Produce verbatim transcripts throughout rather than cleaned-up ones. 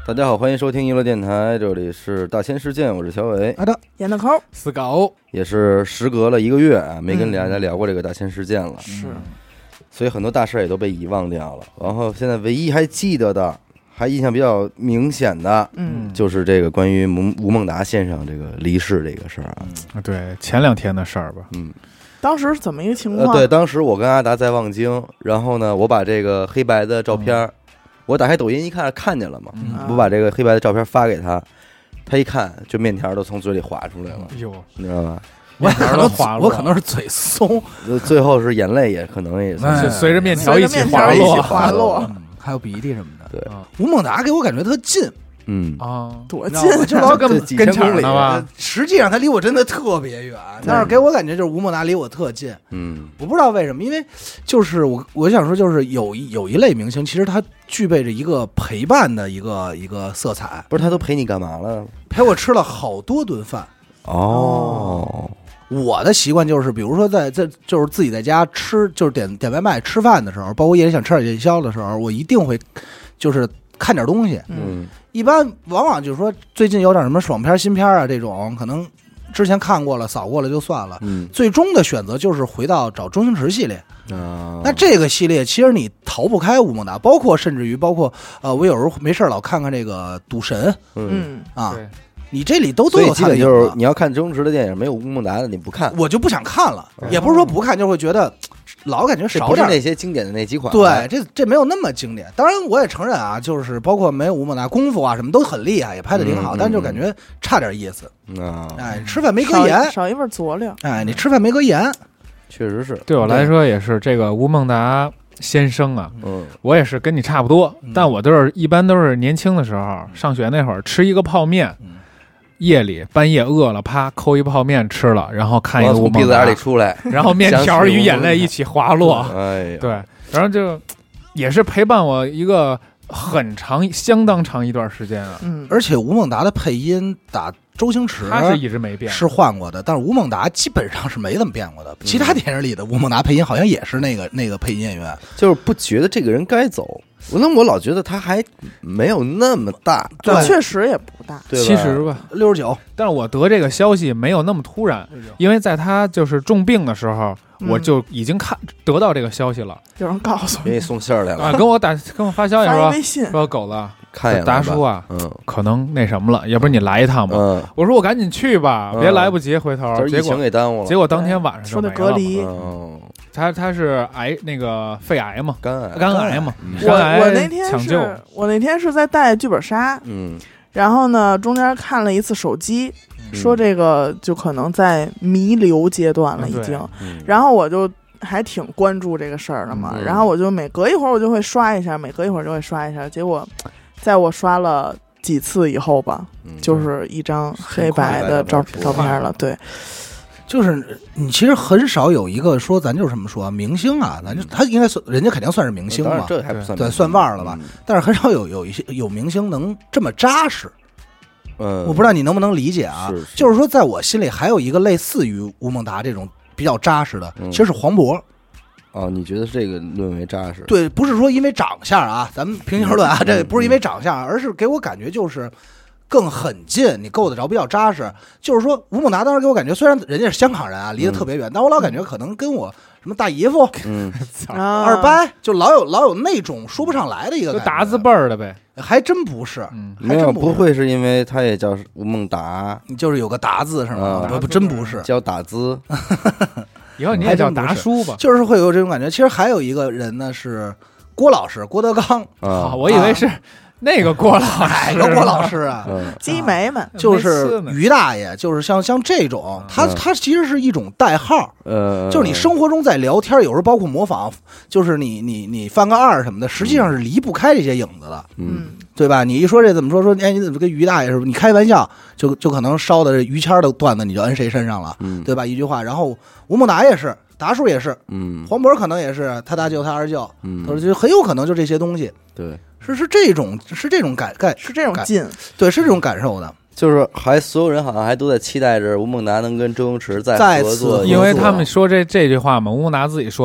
大家好，欢迎收听娱乐电台，这里是大千世界，我是小伟。 好的， 演的抠死狗也是时隔了一个月啊，没跟大家聊过这个大千世界了， 嗯、是， 所以很多大事也都被遗忘掉了。然后现在唯一还记得的，还印象比较明显的， 嗯， 就是这个关于吴孟达先生这个离世这个事儿啊。 嗯，对，前两天的事儿吧。 嗯， 当时怎么一个情况？ 呃，对，当时我跟阿达在望京，然后呢，我把这个黑白的照片。嗯我打开抖音一看，看见了嘛，嗯、我把这个黑白的照片发给他，他一看就面条都从嘴里滑出来了，哟，你知道吧？ 我可能滑， 我可能是嘴松， 最后是眼泪也可能也是随着面条一起滑落，滑落， 嗯，还有鼻涕什么的。 对， 吴孟达给我感觉特近， 嗯啊，多近， 就老跟跟前了吧？ 实际上他离我真的特别远，但是给我感觉就是吴孟达离我特近。 嗯， 我不知道为什么，因为就是我我想说，就是有一有一类明星，其实他具备着一个陪伴的一个一个色彩。 不是他都陪你干嘛了？ 陪我吃了好多顿饭。 哦， 我的习惯就是，比如说在在就是自己在家吃，就是点点外卖吃饭的时候，包括夜里想吃点夜宵的时候，我一定会就是看点东西。 嗯， 一般往往就是说最近有点什么爽片新片啊这种，可能之前看过了扫过了就算了。 嗯，最终的选择就是回到找周星驰系列。 啊， 那这个系列其实你逃不开吴孟达，包括甚至于包括呃，我有时候没事老看看这个赌神。 嗯啊。你这里都都有他的， 所以基本就是你要看周星驰的电影，没有吴孟达的你不看， 我就不想看了。嗯、也不是说不看，就会觉得老感觉少点。 不是那些经典的那几款。 对，这这没有那么经典。当然，我也承认啊，就是包括没有吴孟达功夫啊什么都很厉害，也拍的挺好，嗯、但就感觉差点意思。 啊、 嗯，哎，吃饭没搁盐， 少一份佐料。 哎，你吃饭没搁盐， 确实是。 对我来说也是这个吴孟达先生啊， 嗯， 我也是跟你差不多，嗯、但我都是一般都是年轻的时候，上学那会儿吃一个泡面。嗯，夜里半夜饿了，啪抠一泡面吃了，然后看一个吴孟达从鼻子眼里出来， 然后面条与眼泪一起滑落， 哎， 对，然后就也是陪伴我一个很长、相当长一段时间啊。 嗯，而且吴孟达的配音打周星驰他是一直没变， 是换过的，但是吴孟达基本上是没怎么变过的。嗯、其他电影里的吴孟达配音好像也是那个那个配音演员， 就是不觉得这个人该走。那我老觉得他还没有那么大， 对，确实也不大， 七十吧， 六十九。 但是我得这个消息没有那么突然，因为在他就是重病的时候，嗯、我就已经看得到这个消息了。 有人告诉你，给你送信儿来了啊，跟我打跟我发消息说， 微信说狗子看达叔啊， 嗯， 可能那什么了，要不然你来一趟吧。 嗯， 我说我赶紧去吧， 嗯、 别来不及回头， 结果给耽误了。 结果当天晚上说的隔离。 嗯他他是癌那个肺癌嘛， 肝癌肝癌嘛。 我我那天是我那天是在带剧本杀， 嗯， 然后呢中间看了一次手机，嗯、说这个就可能在弥留阶段了已经， 嗯、 然后我就还挺关注这个事儿的嘛， 嗯、 然后我就每隔一会儿我就会刷一下，每隔一会儿就会刷一下，结果在我刷了几次以后吧， 嗯、 就是一张黑白的照照片了，对。 就是你其实很少有一个说咱就是这么说明星啊，咱就他应该算人家肯定算是明星嘛， 这还不算对算腕儿了吧？ 嗯、 但是很少有有一些有明星能这么扎实。 嗯， 我不知道你能不能理解啊？ 是是就是说在我心里还有一个类似于吴孟达这种比较扎实的， 嗯、 其实是黄渤。 哦，你觉得这个论为扎实？ 对，不是说因为长相啊，咱们平心而论啊，这不是因为长相，而是给我感觉就是更很近，你够得着，比较扎实。就是说，吴孟达当时给我感觉，虽然人家是香港人啊，离得特别远，嗯、但我老感觉可能跟我什么大姨夫、 嗯、 二伯，就老有老有那种说不上来的一个感觉， 就达字辈儿的呗。 还真不是， 嗯、没有，不会是因为他也叫吴孟达， 就是有个达字是吗？ 嗯、 不，真不是， 叫打字。 以后你也叫达叔吧， 就是会有这种感觉。其实还有一个人呢，是郭老师，郭德纲啊， 我以为是。那个郭老师， 哪个郭老师啊？ 鸡眉们就是于大爷，就是像像这种，他他其实是一种代号， 呃， 就是你生活中在聊天，有时候包括模仿，就是你你你翻个二什么的，实际上是离不开这些影子的， 嗯， 对吧？你一说这怎么说说，哎，你怎么跟于大爷似的？你开玩笑，就就可能烧的于谦的段子，你就摁谁身上了， 嗯， 对吧？一句话，然后吴孟达也是，达叔也是， 嗯， 黄渤可能也是，他大舅他二舅， 嗯， 就很有可能就这些东西， 对。 是是这种是这种感感是这种劲， 对，是这种感受的。 就是还所有人好像还都在期待着吴孟达能跟周星驰再合作， 再次， 因为他们说这这句话嘛，吴孟达自己说的，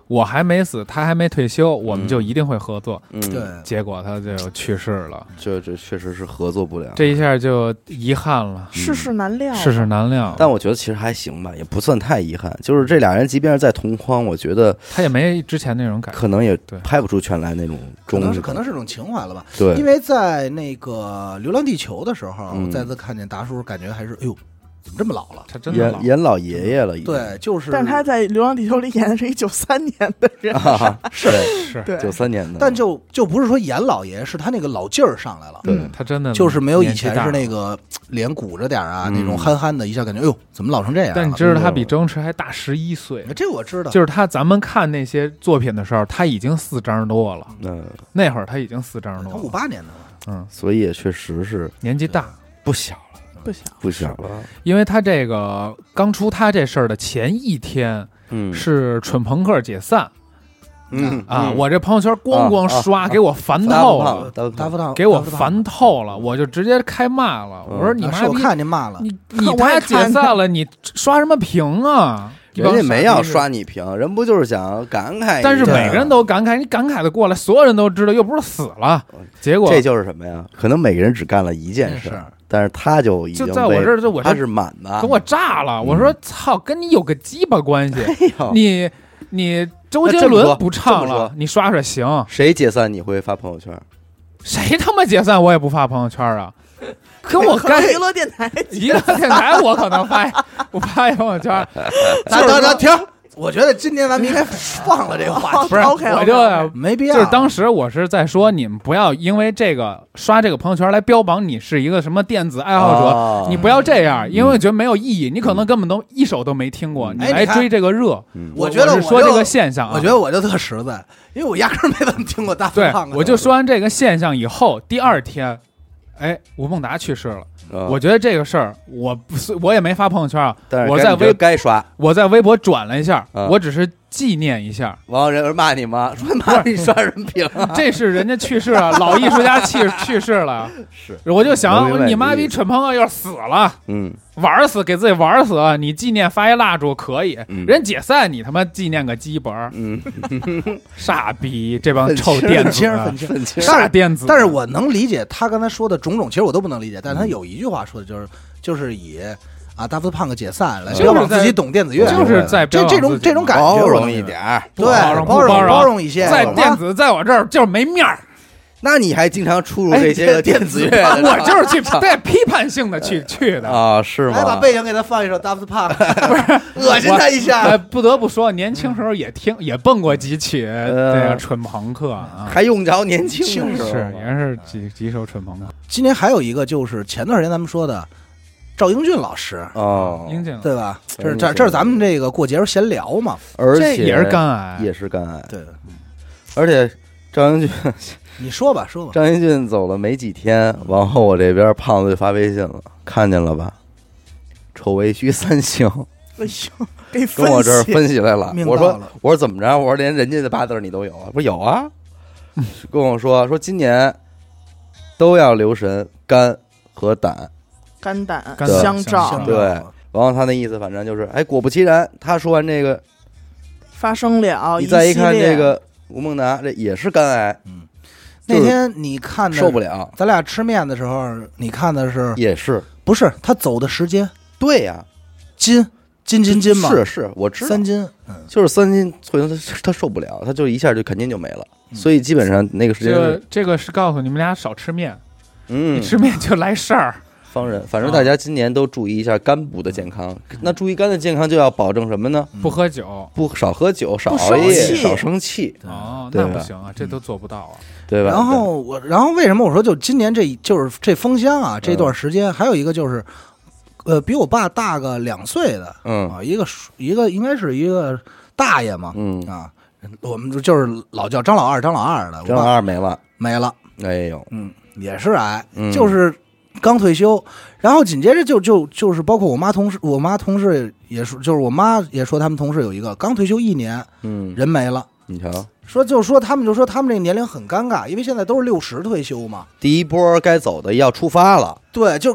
我还没死，他还没退休，我们就一定会合作。 嗯， 对， 结果他就去世了， 这这确实是合作不了， 这一下就遗憾了， 世事难料， 世事难料。 但我觉得其实还行吧，也不算太遗憾。就是这俩人即便是在同框，我觉得他也没之前那种感觉， 可能也对拍不出全来那种可能忠是可能是种情怀了吧。 对， 因为在那个《流浪地球》的时候， 嗯我再次看见达叔，感觉还是哎呦，怎么这么老了？ 他真的老演演老爷爷了，已经对，就是， 但是他在《流浪地球》里演的是一九三年的人， 啊，是是， 对， 九三年的， 但就就不是说演老爷，是他那个老劲儿上来了。 对嗯他真的就是没有以前年纪大是那个脸鼓着点啊， 嗯那种憨憨的，一下感觉哎呦，怎么老成这样了？ 但你知道他比周星驰还大十一岁， 这我知道， 就是他咱们看那些作品的时候，他已经四张多了， 嗯， 那会儿他已经四张多了， 他五八年的嘛。 嗯， 所以也确实是年纪大。 不小了， 不想不小了， 因为他这个刚出他这事儿的前一天嗯， 是蠢朋克解散嗯啊，我这朋友圈咣咣刷，给我烦大透了， 胖大胖大富大给我烦透了，我就直接开骂了。 嗯我说你啊是我妈逼， 看见骂了， 你你我也他看见解散了，你刷什么屏啊？ 人家没要你帮傻逼刷你屏，人不就是想感慨一下？ 但是每个人都感慨，你感慨的过来，所有人都知道，又不是死了，结果这就是什么呀？可能每个人只干了一件事是， 但是他就已经就在我这儿，就我这他是满的， 给我炸了。我说操，跟你有个鸡巴关系？ 哎呦你你周杰那这么说伦不唱这么说， 了你刷刷行。 谁解散你会发朋友圈？ 谁他妈解散我也不发朋友圈啊？跟我干娱乐电台一个电台，我可能发我发一朋友圈， 等等等停！我觉得今天咱们应该放了这个话题， 不是 OK，OK， 我就没必要。 就是当时我是在说，你们不要因为这个刷这个朋友圈来标榜你是一个什么电子爱好者， 哦你不要这样，因为我觉得没有意义。你可能根本都一首都没听过，你来哎你看追这个热。 嗯我觉得我就是说这个现象啊， 我觉得我就特实在，因为我压根儿没怎么听过大富对胖子。， 我就说完这个现象以后，第二天，哎，吴孟达去世了。 啊我觉得这个事儿，我不是我也没发朋友圈啊， 但是该你觉得我在微该刷， 我在微博转了一下， 啊我只是纪念一下。 完了人有人骂你吗？说骂你刷人屏啊？ 这是人家去世了，老艺术家去去世了， 是， 我就我想， 明白你妈逼你的意思蠢朋友要是死了， 嗯， 玩死给自己玩死，你纪念发一蜡烛可以， 嗯人解散你他妈纪念个鸡本儿， 嗯， 傻逼，这帮臭电子啊， 愤青愤青傻电子。 但是我能理解他刚才说的种种，其实我都不能理解。但是他有一句话说的就是，就是以啊大富胖子解散来就是在标榜自己懂电子乐， 就是在这这种这种感觉包我能容一点儿。 对包容包容不包容包容一些， 在懂吗电子在我这儿就是没面儿， 那你还经常出入这些个电子乐的我就是去带批判性的去去的。 啊？是来把吗？ 背景给他放一首大富胖子，恶心他一哎， 下。 不得不说，年轻时候也听也蹦过几曲呃这个蠢朋克啊， 还用着年轻的时候是也是几几首蠢朋克。 今年还有一个就是前段时间咱们说的赵英俊老师， 哦， 英俊， 对吧？这是嗯这这是咱们这个过节时候闲聊嘛。 而且这也是肝癌， 也是肝癌， 对， 而且张英俊你说吧，说吧。 张英俊走了没几天，往后我这边胖子就发微信了，看见了吧？丑为虚三星， 哎呦，给跟我这儿析分析来了。 命我说到了我说怎么着？我说连人家的八字你都有啊？不是有啊？跟我说说今年都要留神肝和胆。 肝胆肝胆相照相， 对，然后他那意思反正就是，哎，果不其然，他说完这个， 发生了你再一看系列这个吴孟达，这也是肝癌， 那天你看的受不了， 咱俩吃面的时候，你看的是也是， 不是他走的时间？ 对呀， 斤斤斤斤嘛， 是是，我知道， 三斤。嗯， 就是三斤，所以他他受不了，他就一下就肯定就没了， 嗯所以基本上那个时这间是， 个这个是告诉你们俩少吃面， 嗯你，吃面就来事儿。 方人，反正大家今年都注意一下肝部的健康。那注意肝的健康就要保证什么呢？ 不喝酒不少喝酒，少不熬夜， 生气少生气， 哦， 对吧那不行啊，这都做不到啊。 对吧？ 然后我，然后为什么我说就今年这就是这封箱啊，这段时间还有一个就是，呃，比我爸大个两岁的嗯啊，一个叔一个应该是一个大爷嘛， 嗯， 啊，我们就是老叫张老二，张老二的，我张爸二没了， 没了， 哎呦， 嗯，也是癌， 嗯就是刚退休，然后紧接着就就就是包括我妈同事，我妈同事也说，就是我妈也说他们同事有一个刚退休一年， 嗯， 人没了。 你瞧， 说就是说他们就说他们这个年龄很尴尬，因为现在都是六十退休嘛。 第一波该走的要出发了， 对，就刚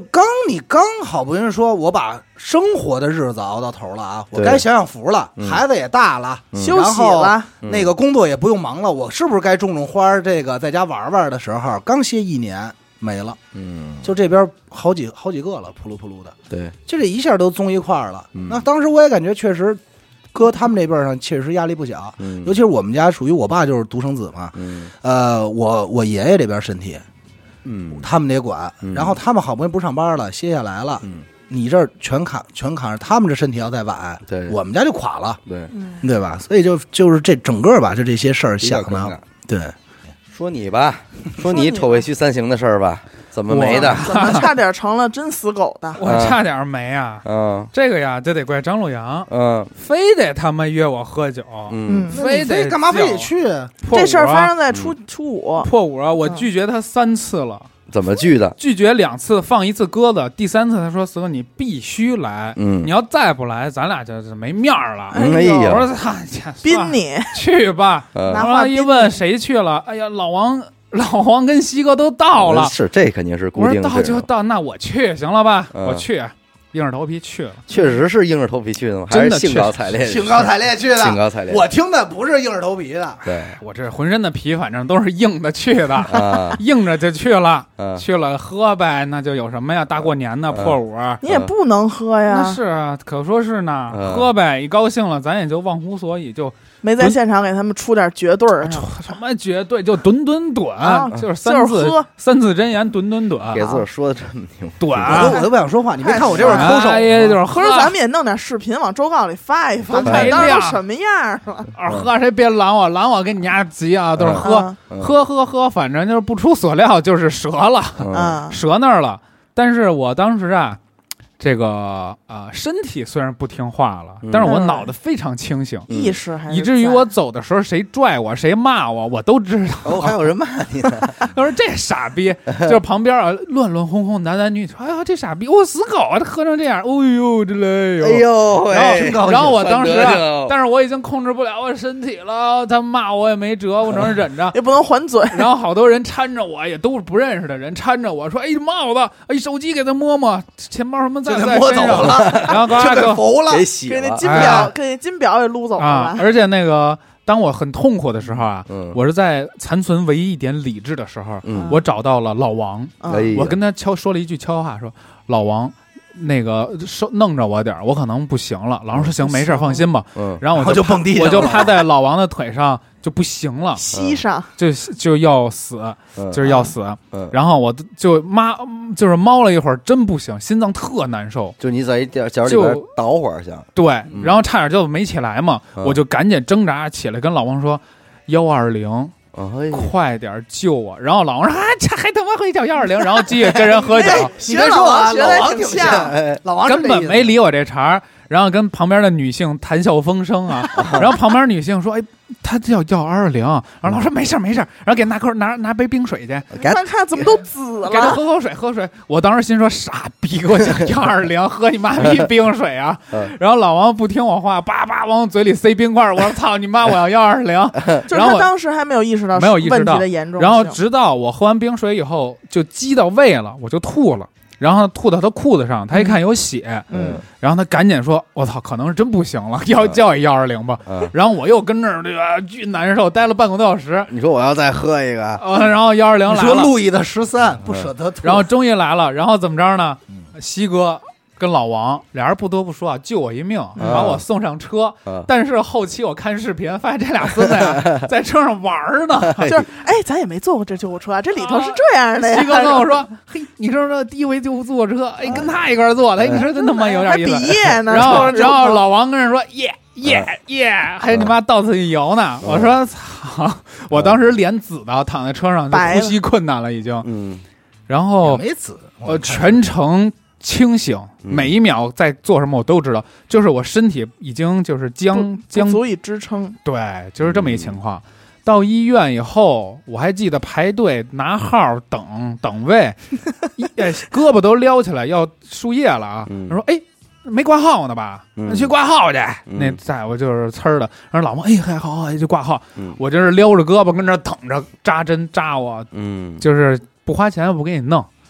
你刚好不容易说我把生活的日子熬到头了啊，我对该享享福了， 嗯孩子也大了， 嗯休息了， 嗯那个工作也不用忙了，我是不是该种种花？这个在家玩玩的时候，刚歇一年没了， 嗯， 就这边好几好几个了，扑噜扑噜的， 对， 就这一下都综一块儿了。 嗯那当时我也感觉确实，搁他们这边上确实压力不小， 嗯， 尤其是我们家属于我爸就是独生子嘛， 嗯呃，我我爷爷这边身体嗯， 他们得管， 嗯然后他们好不容易不上班了，歇下来了， 嗯， 你这儿全扛全扛着，他们这身体要再晚， 对我们家就垮了， 对， 嗯， 对吧？所以就就是这整个吧，就这些事儿比较想的尴尬， 对。 说你吧，说你吧你瞅委屈三行的事儿吧，怎么没的？ 怎么差点成了真死狗的？ 我差点没啊。 嗯这个呀，就得怪张洛阳， 嗯非得他妈约我喝酒， 嗯嗯， 非得干嘛非得叫去？ 破这事儿五啊发生在初初五， 破五啊！我拒绝他三次了， 怎么聚的？ 拒绝两次，放一次鸽子，第三次他说：“四哥，你必须来， 嗯你要再不来，咱俩就就没面儿了。” 嗯哎呀我说：“操， 宾你去吧。” 嗯拿然后一问谁去了，哎呀，老王、老王跟西哥都到了。 是这肯定是固我说到定的这种， 就到，那我去行了吧？ 嗯我去，硬着头皮去了。 确实是硬着头皮去的吗？还是真的兴高采烈？ 兴高采烈去的， 兴高采烈。 我听的不是硬着头皮的， 对我这浑身的皮，反正都是硬的去的， 啊， 硬着就去了。 嗯去了喝呗，那就有什么呀？大过年的嗯破五， 你也不能喝呀那，是啊，可说是呢， 嗯喝呗，一高兴了，咱也就忘乎所以，就没在现场给他们出点绝对儿上。 什么绝对，就吨吨吨， 啊就是三字就是喝三字真言，吨吨吨， 给自个儿说的这么牛， 我短都我都不想说话。你没看我这会儿抠手哎呀，就是吗？ 喝不是，咱们也弄点视频往周告里发一发， 都看当时没亮都什么样了。 啊喝谁别拦我，拦我跟你家急啊，都是喝嗯嗯喝喝喝，反正就是不出所料就是折了， 嗯嗯， 折那儿了。但是我当时啊，这个啊、呃身体虽然不听话了， 嗯但是我脑子非常清醒， 意识还是以至于在我走的时候谁拽我谁骂我，我都知道。 哦，还有人骂你呢， 他说这傻逼，就是旁边啊乱乱哄哄男男女女说，哎呀这傻逼，我、死狗啊，他喝成这样，哦呦这嘞呦， 哎呦然后喂， 然后我当时范德啊行， 但是我已经控制不了我身体了，他骂我也没辙，我只能忍着。 也不能还嘴。 然后好多人搀着我，也都是不认识的人搀着我说：“哎，帽子，哎，手机给他摸摸，钱包什么在就不给摸走在身上？” 了， 然后刚就才就给扶了。 给洗了， 给那金哎表，给那金表也撸走了啊吧，？ 而且那个当我很痛苦的时候啊， 嗯我是在残存唯一一点理智的时候， 嗯我找到了老王， 嗯哎呀我跟他悄说了一句悄话，说：“老王，那个手弄着我点儿，我可能不行了。”老王说：“行，没事儿，放心吧。” 嗯然后我然后就趴蹦地上了我就趴在老王的腿上就不行了， 膝上就就要死， 嗯就是要死。 嗯， 然后我就妈就是猫了一会儿，真不行，心脏特难受。 就你在一点角里边就倒会儿想， 对， 嗯然后差点就没起来嘛， 嗯我就赶紧挣扎起来，跟老王说幺二零， 哎呀， 快点救我。然后老王说啊，这还他妈会叫幺二零，然后继续跟人喝酒， 哎你别说啊， 学得老王挺挺像像， 哎， 老王是根这意思本没理我这茬儿。然后跟旁边的女性谈笑风生啊，然后旁边女性说：“哎，他叫幺二零。”然后老说：“没事儿没事儿。”然后给拿口拿拿杯冰水去， 给他看看怎么都紫给他了。 喝口水，喝水。我当时心说：“傻逼，给我讲幺二零，喝你妈逼冰水啊！” 嗯然后老王不听我话，叭叭往我嘴里塞冰块。我说：“操你妈！我要幺二零。” 就是然后我他当时还没有意识到没有意识到问题的严重性， 然后直到我喝完冰水以后，就激到胃了，我就吐了。然后吐到他裤子上，他一看有血， 嗯， 然后他赶紧说：“我操，可能是真不行了，要叫一幺二零吧。” 嗯， 然后我又跟那儿这个巨难受，待了半个多小时。 你说我要再喝一个， 呃，然后幺二零你来了， 说路易的十三不舍得吐， 然后终于来了，然后怎么着呢？西哥跟老王俩人不得不说啊，救我一命，把我送上车。 嗯但是后期我看视频，发现这俩孙子呀在车上玩儿呢。 就是哎，咱也没坐过这救护车，这里头是这样的呀。 西哥跟我说：“嘿，你说这第一回救护车，哎，跟他一块儿坐的，哎，你说真他妈有点意还比思。” 耶呢。 然后， 坐着然后救护老王跟人说：“耶耶耶，还你妈到此一游呢。”我说：“操！”我当时脸紫的，躺在车上就白了呼吸困难了已经。 嗯然后没死， 呃，全程清醒， 嗯每一秒在做什么我都知道，就是我身体已经就是僵不僵， 足以支撑。 对，就是这么一情况。到医院以后，我还记得排队拿号等等位，一哎胳膊都撩起来要输液了啊！ 嗯他说：“哎，没挂号呢吧？ 嗯那去挂号去。 嗯那在我就是呲儿的，然后老王哎还好好就挂号， 嗯我这是撩着胳膊跟这儿等着扎针扎我， 嗯， 就是不花钱不给你弄。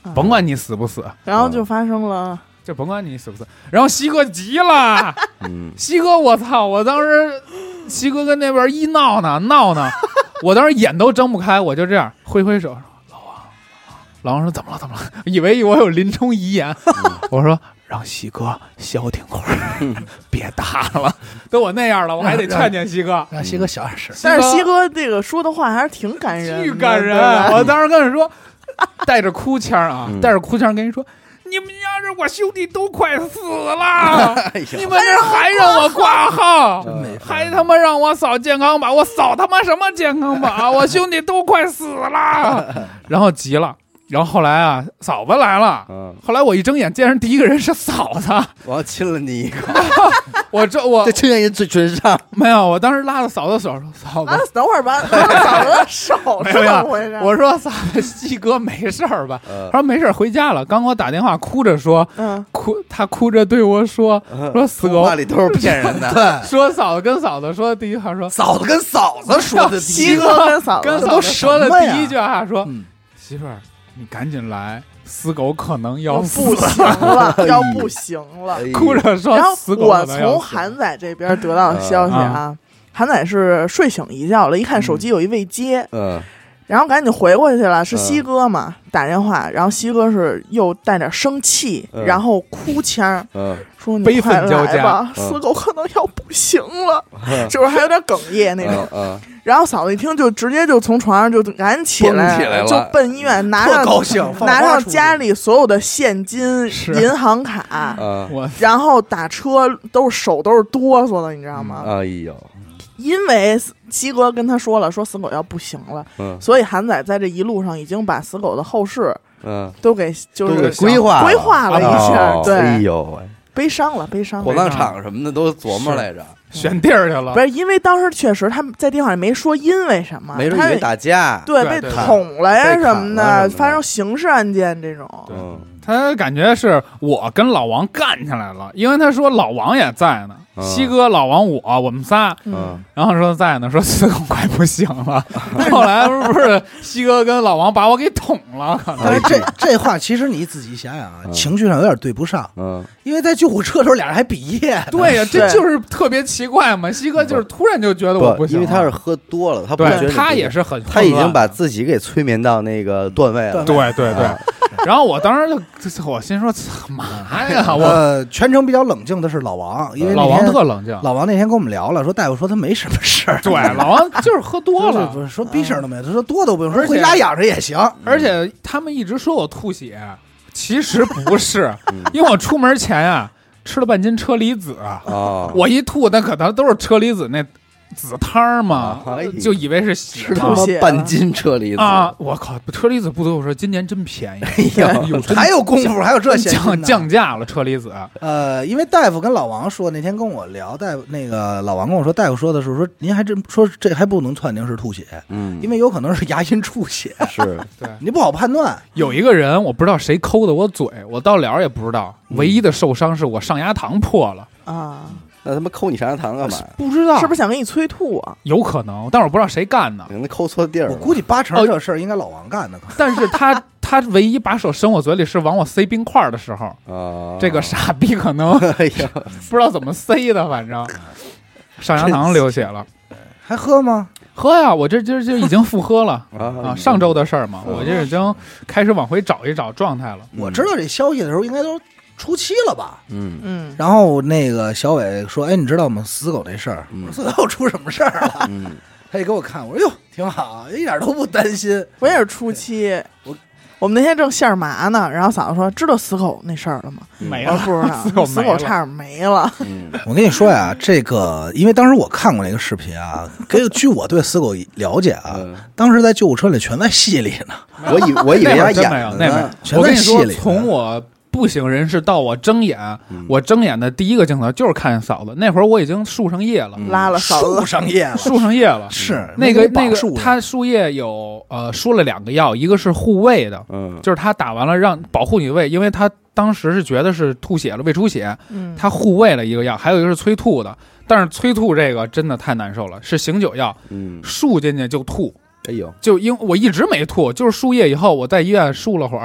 甭管你死不死， 然后就发生了， 就甭管你死不死。然后西哥急了， 嗯， 西哥，我操！我当时西哥跟那边一闹呢，闹呢，我当时眼都睁不开，我就这样挥挥手，老王，老王说怎么了？怎么了？以为我有临终遗言，我说让西哥消停会儿，别打了。都我那样了，我还得劝劝西哥， 让西哥小点声。 但是西哥这个说的话还是挺感人的， 巨感人。我当时跟人说，带着哭腔啊，带着哭腔跟人说。你们家这我兄弟都快死了，你们这还让我挂号，还他妈让我扫健康码，我扫他妈什么健康码？我兄弟都快死了，然后急了。然后后来啊，嫂子来了，嗯，后来我一睁眼见着第一个人是嫂子， 我要亲了你一口， 我这我这亲在人嘴唇上， 没有，我当时拉着嫂子手说，嫂子， 等会儿吧，拉着嫂子的手是怎么回事？ 我说嫂子，西哥没事儿吧？ 嗯、 他说没事儿，回家了。刚给我打电话，哭着说，嗯，哭，他哭着对我说， 嗯、 说死狗， 话里都是骗人的。 对，说嫂子跟嫂子说的第一句话说， 嫂子跟嫂子说的， 西哥跟嫂子跟嫂子说的第一句话说，嗯、媳妇儿。你赶紧来，死狗可能要不行了，要不行了， 哭着说。 然后我从韩仔这边得到的消息啊，嗯、韩仔是睡醒一觉了，一看手机有一未接，嗯，然后赶紧回过去了，是西哥嘛、嗯、打电话，然后西哥是又带点生气，嗯、然后哭腔，嗯，说你快来吧， 嗯、 死狗可能要不行了，嗯、是不是还有点哽咽那种？ 嗯。嗯然后嫂子一听，就直接就从床上就赶紧起来， 起来了就奔医院，拿上高兴， 拿上家里所有的现金、银行卡，然后打车都是手都是哆嗦的，你知道吗？ 哎呦， 因为西哥跟他说了，说死狗要不行了，嗯、所以韩仔在这一路上已经把死狗的后事，嗯，都给就是规划规划了一下， 哦、 对， 哎呦， 悲伤了，悲伤了， 火葬场什么的都琢磨来着。 选地儿去了， 不是因为当时确实他们在电话里没说因为什么， 没说因为打架， 对，被捅了呀什么的， 发生刑事案件这种。 嗯， 他感觉是我跟老王干起来了，因为他说老王也在呢，嗯、西哥、老王我我们仨，嗯，然后说在呢，说死狗快不行了。后来不是西哥跟老王把我给捅了， 但是这这话其实你自己想想啊，嗯、情绪上有点对不上，嗯，因为在救护车的时候俩人还比耶， 对呀，这就是特别奇怪嘛。西哥就是突然就觉得我不行， 因为他是喝多了，他不觉得他也是很， 他已经把自己给催眠到那个段位了， 对对对。然后我当时就我心说干嘛呀？我、 呃、全程比较冷静的是老王，因为老王特冷静。 老王那天跟我们聊了，说大夫说他没什么事儿。 对，老王就是喝多了， 说, 说逼事儿都没有，他说多都不用，说回家养着也行。 而且他们一直说我吐血，其实不是，因为我出门前啊吃了半斤车厘子啊，哦、我一吐那可能都是车厘子那。紫汤嘛，哎、就以为是血吃他妈半斤车厘子啊！我靠，车厘子不得不说，今年真便宜， 哎呦，还有功夫，还有这降降价了车厘子。 呃，因为大夫跟老王说，那天跟我聊，大夫那个老王跟我说，大夫说的是说，您还真说这还不能判定是吐血，嗯，因为有可能是牙龈出血， 是对， 你不好判断。 有一个人我不知道谁抠的我嘴，我到了也不知道，唯一的受伤是我上牙膛破了啊。 那他妈抠你上牙膛干嘛？ 不知道是不是想给你催吐啊？ 有可能，但是我不知道谁干的。 可能抠错地儿了。 我估计八成这事儿应该老王干的。 但是他他唯一把手伸我嘴里是往我塞冰块的时候，啊，这个傻逼可能哎呀不知道怎么塞的，反正上牙膛流血了。 还喝吗？ 喝呀！我这今儿就已经复喝了啊！上周的事儿嘛，我这已经开始往回找一找状态了。 我知道这消息的时候，应该都初期了吧？嗯嗯。然后那个小伟说：“哎，你知道吗？死狗这事儿，我说死狗出什么事儿了？”嗯，他也给我看，我说：“哟，挺好，一点都不担心。” 我也是初期，我我们那天正线儿麻呢，然后嫂子说：“知道死狗那事儿了吗？” 没了， 不知道，死狗死狗差点没了。 嗯，我跟你说呀，这个因为当时我看过那个视频啊，给据我对死狗了解啊，当时在救护车里全在戏里呢。 我以我以为他演的呢， 全在戏里。 从我不省人事到我睁眼，嗯、我睁眼的第一个镜头就是看见嫂子。那会儿我已经树上叶了， 嗯、拉了嫂子树上叶了， 树上叶了。 是那个那个，他输液有呃输了两个药，一个是护胃的，嗯，就是他打完了让保护你胃，因为他当时是觉得是吐血了，胃出血，嗯，他护胃了一个药，还有一个是催吐的。但是催吐这个真的太难受了，是醒酒药，嗯，输进去就吐。 哎呦， 就因为我一直没吐，就是输液以后我在医院输了会儿。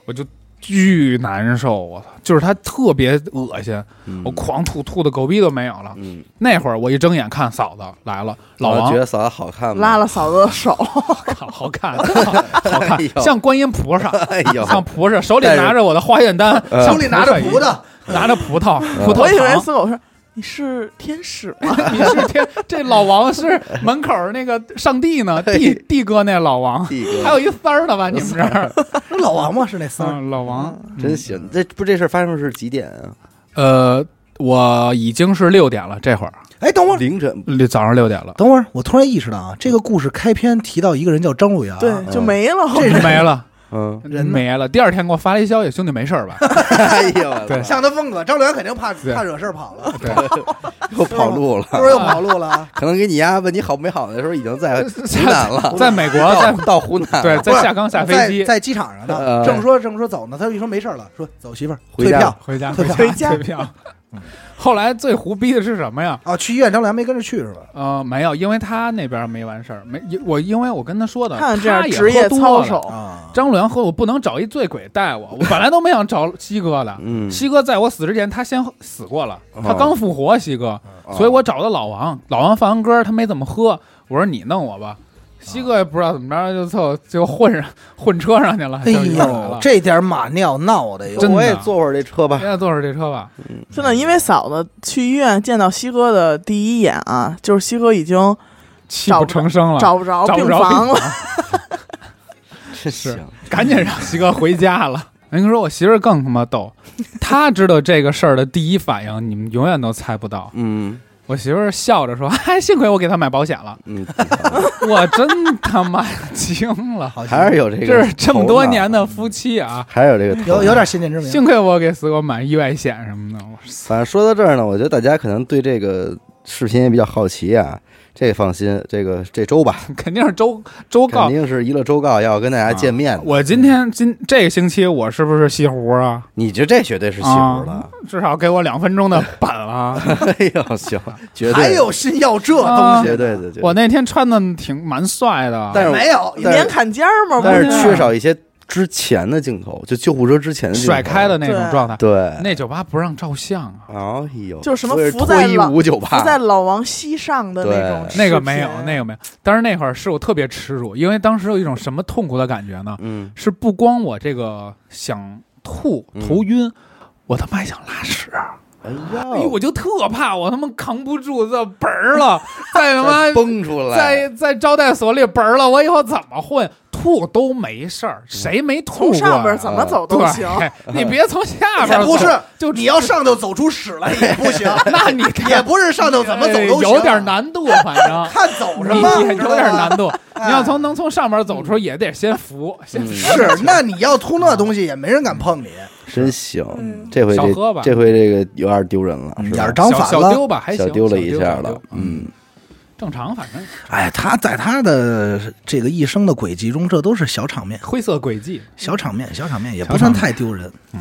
我就巨难受，我操，就是它特别恶心，嗯、我狂吐，吐的狗逼都没有了。嗯，那会儿我一睁眼看嫂子来了，老王觉得嫂子好看吗？ 拉了嫂子的手， 好好看，好, 好看，哎、像观音菩萨， 哎呦， 像菩萨，手里拿着我的化验单， 呃、手里拿着葡萄， 拿着葡萄，葡萄。 我以为死狗说。你是天使吗？ 你是天，这老王是门口那个上帝呢，帝帝哥那老王，还有一三儿呢吧？你们这儿老王吗？是那三儿、 嗯？老王、 嗯、真行。这不这事发生是几点啊？ 呃，我已经是六点了，这会儿。 哎，等会儿， 凌晨早上六点了。 等会儿，我突然意识到啊，这个故事开篇提到一个人叫张路阳， 对，就没了， 这是没了。 嗯， 人没了。第二天给我发了一消息，兄弟没事吧？ 哎呦， 对， 像他风格，张良肯定怕怕惹事跑了， 对， 又跑路了， 是不是又跑路了？ 可能给你丫问你好没好的时候，已经在湖南了， 在美国，在到湖南， 对，在下岗下飞机， 在, 在机场上呢。呃、正说正说走呢，他一说没事了，说走媳妇儿， 退票， 回家， 回家， 退票。退票后来最胡逼的是什么呀？ 啊，去医院张良没跟着去是吧？ 呃，没有，因为他那边没完事儿，没我，因为我跟他说的， 看这样职业操守啊。张良和我不能找一醉鬼带我，我本来都没想找西哥的。嗯，西哥在我死之前，他先死过了，他刚复活，西哥， 哦、 所以我找的老王。老王放完歌，他没怎么喝，我说你弄我吧。西哥也不知道怎么着，就凑就混上混车上去了。 哎呦，这点马尿闹的哟！ 我也坐会儿这车吧， 我也坐会儿这车吧。 嗯、真的，因为嫂子去医院见到西哥的第一眼啊，就是西哥已经泣不成声了， 找不着病房了。 真是， 赶紧让西哥回家了。人说我媳妇儿更他妈逗，她知道这个事儿的第一反应，你们永远都猜不到。 嗯。 我媳妇儿笑着说：“哎，幸亏我给她买保险了。”嗯，我真他妈惊了， 还是有这个， 这是这么多年的夫妻啊， 还有这个有有点先见之明。 幸亏我给死狗买意外险什么的。 反正说到这儿呢，我觉得大家可能对这个视频也比较好奇啊。这放心，这个这周吧， 肯定是周周告， 肯定是娱乐周告要跟大家见面、啊。 我今天今这个星期我是不是西湖啊？ 你觉得这绝对是西湖了、啊， 至少给我两分钟的本了。 哎呦，行，绝对还有心要这东西， 啊、 绝对的。 我那天穿的挺蛮帅的， 但是没有连坎肩吗？ 但是缺少一些。之前的镜头，就救护车之前的镜头甩开的那种状态， 对， 那酒吧不让照相啊！ 哎呦， 就是什么伏在老舞酒吧， 伏在老王膝上的那种， 那个没有，那个没有。但是那会儿是我特别耻辱，因为当时有一种什么痛苦的感觉呢？嗯，是不光我这个想吐、头晕，嗯、我他妈还想拉屎。 哎呀， 哎，我就特怕我他妈扛不住，这本儿了，再他妈崩出来， 在在招待所里本儿了，我以后怎么混？吐都没事儿，谁没吐过？ 从上边怎么走都行， 你别从下边走。 不是，就你要上头走出屎来也不行。 那你也不是上头怎么走都行， 有点难度，反正看走什么有点难度。你要从能从上边走出，也得先扶，先是。那你要吐那东西，也没人敢碰你。 真行，这回这喝吧， 这回这个有点丢人了， 眼长反了， 小丢吧，还行， 小丢了一下了，嗯。 正常，反正哎，他在他的这个一生的轨迹中，这都是小场面， 灰色轨迹， 小场面，小场面也不算太丢人。嗯。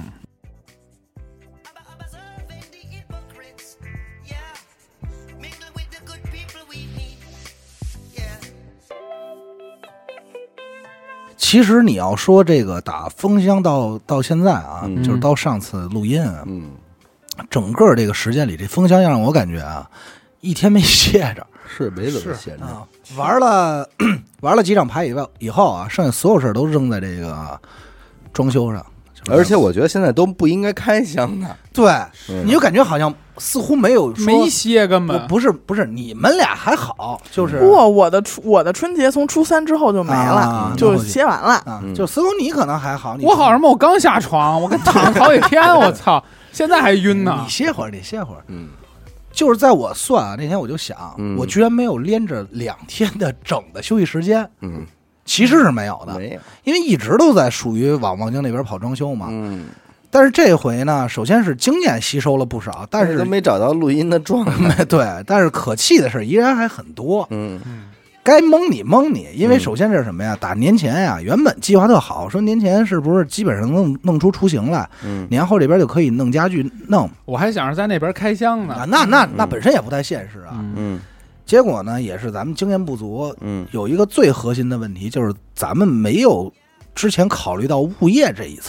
其实你要说这个打封箱到到现在啊，嗯、就是到上次录音啊，嗯，整个这个时间里，这封箱让我感觉啊，一天没歇着。 是没怎么闲着、 啊，玩了玩了几场牌以外以后啊，剩下所有事都扔在这个装修上， 而且我觉得现在都不应该开箱的。 对，你就感觉好像似乎没有说没歇，根本不是不是，你们俩还好，就是不，我的我的春节从初三之后就没了， 啊、 就歇完了。 啊、就司空你可能还好， 我好什么？我刚下床，我跟躺好几天，我操，现在还晕呢。 你歇会儿，你歇会儿，嗯。就是在我算啊，那天我就想，嗯、我居然没有连着两天的整的休息时间，嗯，其实是没有的， 没有， 因为一直都在属于往望京那边跑装修嘛， 嗯， 但是这回呢，首先是经验吸收了不少，但是都没找到录音的状态， 对，但是可气的事依然还很多， 嗯。 该蒙你蒙你，因为首先这是什么呀？打年前呀，原本计划特好，说年前是不是基本上弄弄出雏形来？嗯，年后这边就可以弄家具弄。 我还想着在那边开箱呢， 啊、那那那本身也不太现实啊。 嗯， 结果呢，也是咱们经验不足。嗯，有一个最核心的问题就是咱们没有之前考虑到物业这一层。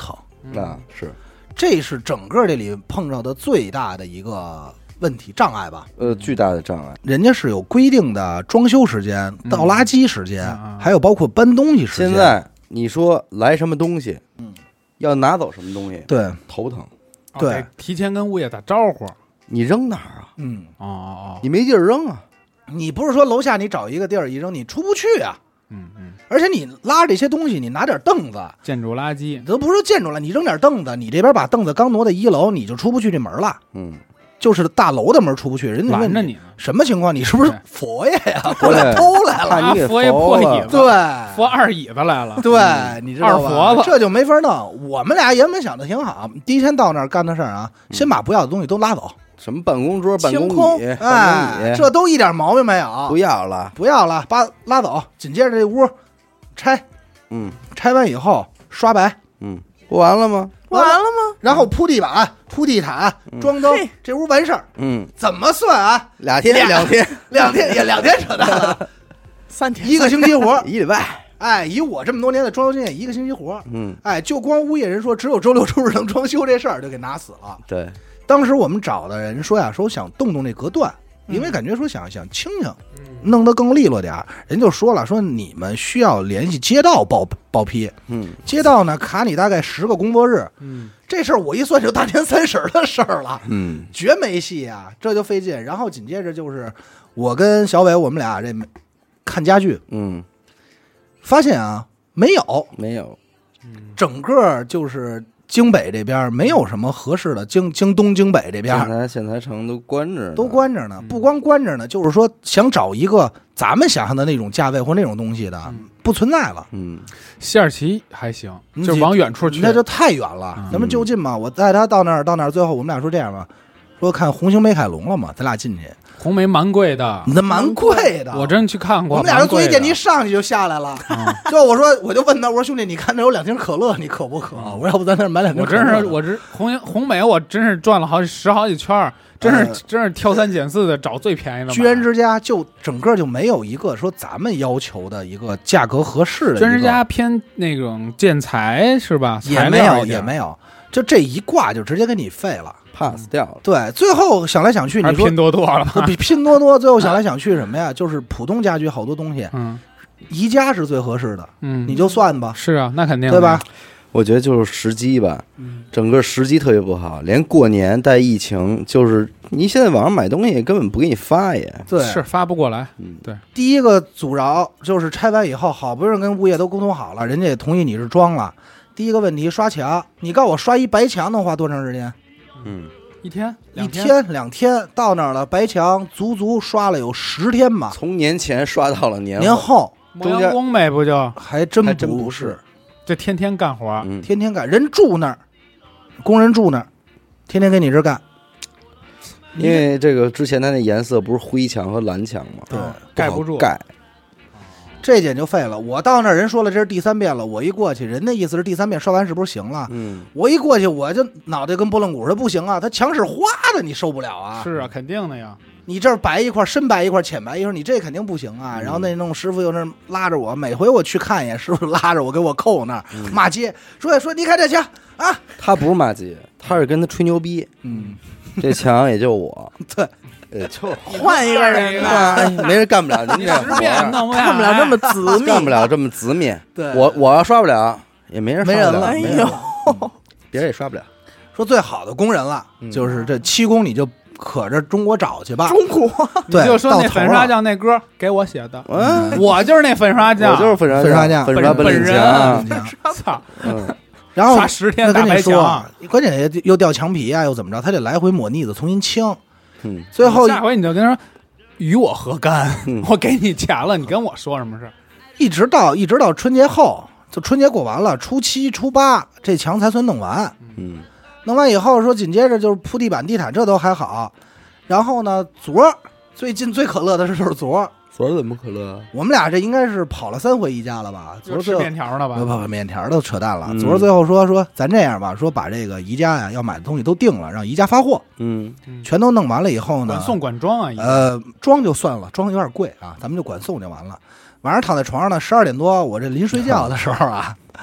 啊，是， 这是整个这里碰到的最大的一个问题障碍吧？ 呃，巨大的障碍。 人家是有规定的装修时间、倒垃圾时间， 嗯、 还有包括搬东西时间。 现在你说来什么东西， 嗯， 要拿走什么东西， 对， 头疼。 对， 提前跟物业打招呼。 你扔哪儿啊？ 嗯， 哦哦哦， 你没地儿扔啊。 你不是说楼下你找一个地儿一扔，你出不去啊。 嗯嗯， 而且你拉着这些东西，你拿点凳子， 建筑垃圾都不是说建筑了，你扔点凳子，你这边把凳子刚挪到一楼，你就出不去这门了。 嗯， 就是大楼的门出不去，人家问拦着你什么情况？你是不是佛爷呀？过来偷来了？ 你给佛爷破椅子， 对， 佛二椅子来了。 对，你知道吧？ 二佛子， 这就没法弄。我们俩原本想的挺好，第一天到那儿干的事儿啊，先把不要的东西都拉走。 什么办公桌、办公椅， 哎，这都一点毛病没有。 不要了， 不要了，把拉走。紧接着这屋拆， 嗯， 拆完以后刷白， 嗯，不完了吗？ 完了吗？ 然后铺地板、铺地毯、装灯，这屋完事儿。 嗯， 怎么算啊？ 俩天，两天， 两天也两天扯淡了， 三天， 一个星期活， 一礼拜。 哎，以我这么多年的装修经验，一个星期活， 嗯， 哎，就光物业人说只有周六周日能装修这事儿，就给拿死了。 对。 当时我们找的人说呀，说想动动这隔断，因为感觉说想想清清，弄得更利落点儿。人就说了，说你们需要联系街道报报批， 嗯， 街道呢卡你大概十个工作日， 嗯， 这事儿我一算就大年三十的事儿了， 嗯， 绝没戏啊，这就费劲。然后紧接着就是我跟小伟我们俩这看家具， 嗯， 发现啊没有没有， 整个就是京北这边没有什么合适的，京京东京北这边建材建材城都关着呢， 都关着呢。不光关着呢，就是说想找一个咱们想象的那种价位或那种东西的，不存在了。 嗯， 西二旗还行，就是往远处去， 那就太远了。咱们就近嘛，我带他到那儿，到那儿，最后我们俩说这样吧，说看红星美凯龙了嘛，咱俩进去。 红梅蛮贵的， 那蛮贵的， 我真去看过。 我们俩人坐一电梯上去就下来了。就我说，我就问他，我说兄弟，你看那有两瓶可乐，你渴不渴？我说要不咱那买两瓶可乐。 我真是，我这红红梅，我真是转了好几十好几圈，真是真是挑三拣四的找最便宜的。 居然之家就整个就没有一个说咱们要求的一个价格合适的。 居然之家偏那种建材是吧？ 也没有，也没有，就这一挂就直接给你废了。 pass 掉了， 对，最后想来想去，你说拼多多了， 比拼多多，最后想来想去什么呀？就是普通家居好多东西， 嗯， 宜家是最合适的， 嗯， 你就算吧， 是啊，那肯定对吧？ 我觉得就是时机吧，整个时机特别不好，连过年带疫情，就是你现在网上买东西根本不给你发也， 对， 是发不过来， 嗯， 对。 第一个阻挠就是拆完以后，好不容易跟物业都沟通好了，人家也同意你是装了。第一个问题，刷墙，你告诉我刷一白墙能花多长时间？ 嗯。 一天一天两天到那儿了，白墙足足刷了有十天吧， 从年前刷到了年年后， 中间工呗不就还真还真不是， 这天天干活， 嗯、 天天干，人住那儿，工人住那儿，天天给你这干。 因为这个之前它那颜色不是灰墙和蓝墙吗？ 对， 盖不住盖。 这点就废了。我到那儿人说了这是第三遍了，我一过去，人的意思是第三遍刷完是不是行了？ 嗯， 我一过去我就脑袋跟拨浪鼓似的，不行啊，他墙是花的，你受不了啊。 是啊，肯定的呀。 你这儿白一块，深白一块，浅白一块，你这肯定不行啊。然后那弄师傅又那拉着我，每回我去看一眼，师傅拉着我给我扣那儿、嗯、骂街，说说你看这墙啊， 他不是骂街，他是跟他吹牛逼。 嗯， 这墙也就我， 对。 呃，就换一个人吧， 没人干不了您这活， 干不了这么直面， 干不了这么直面。 对， 我我要刷不了，也没人没人了。 哎呦， 别人也刷不了。 说最好的工人了，嗯、就是这漆工，你就可着中国找去吧。 中国， 对， 就说那粉刷匠那歌给我写的， 嗯， 我就是那粉刷匠， 我就是粉刷粉刷匠， 粉刷本人， 操， 嗯。 然后刷十天大白墙， 关键又掉墙皮啊，又怎么着？他得来回抹腻子，重新清。 嗯， 最后下回你就跟他说，与我何干？嗯、我给你钱了，你跟我说什么事？ 一直到一直到春节后，就春节过完了，初七初八这墙才算弄完。 嗯， 弄完以后说紧接着就是铺地板、地毯，这都还好。然后呢，昨儿最近最可乐的事就是昨儿。 昨儿怎么可乐？ 我们俩这应该是跑了三回宜家了吧？昨儿吃面条了吧？ 不不，面条都扯淡了。嗯、昨儿最后说说咱这样吧，说把这个宜家呀要买的东西都定了，让宜家发货。 嗯， 全都弄完了以后呢， 管送管装啊。 呃，装就算了，装有点贵啊，咱们就管送就完了。晚上躺在床上呢，十二点多，我这临睡觉的时候啊，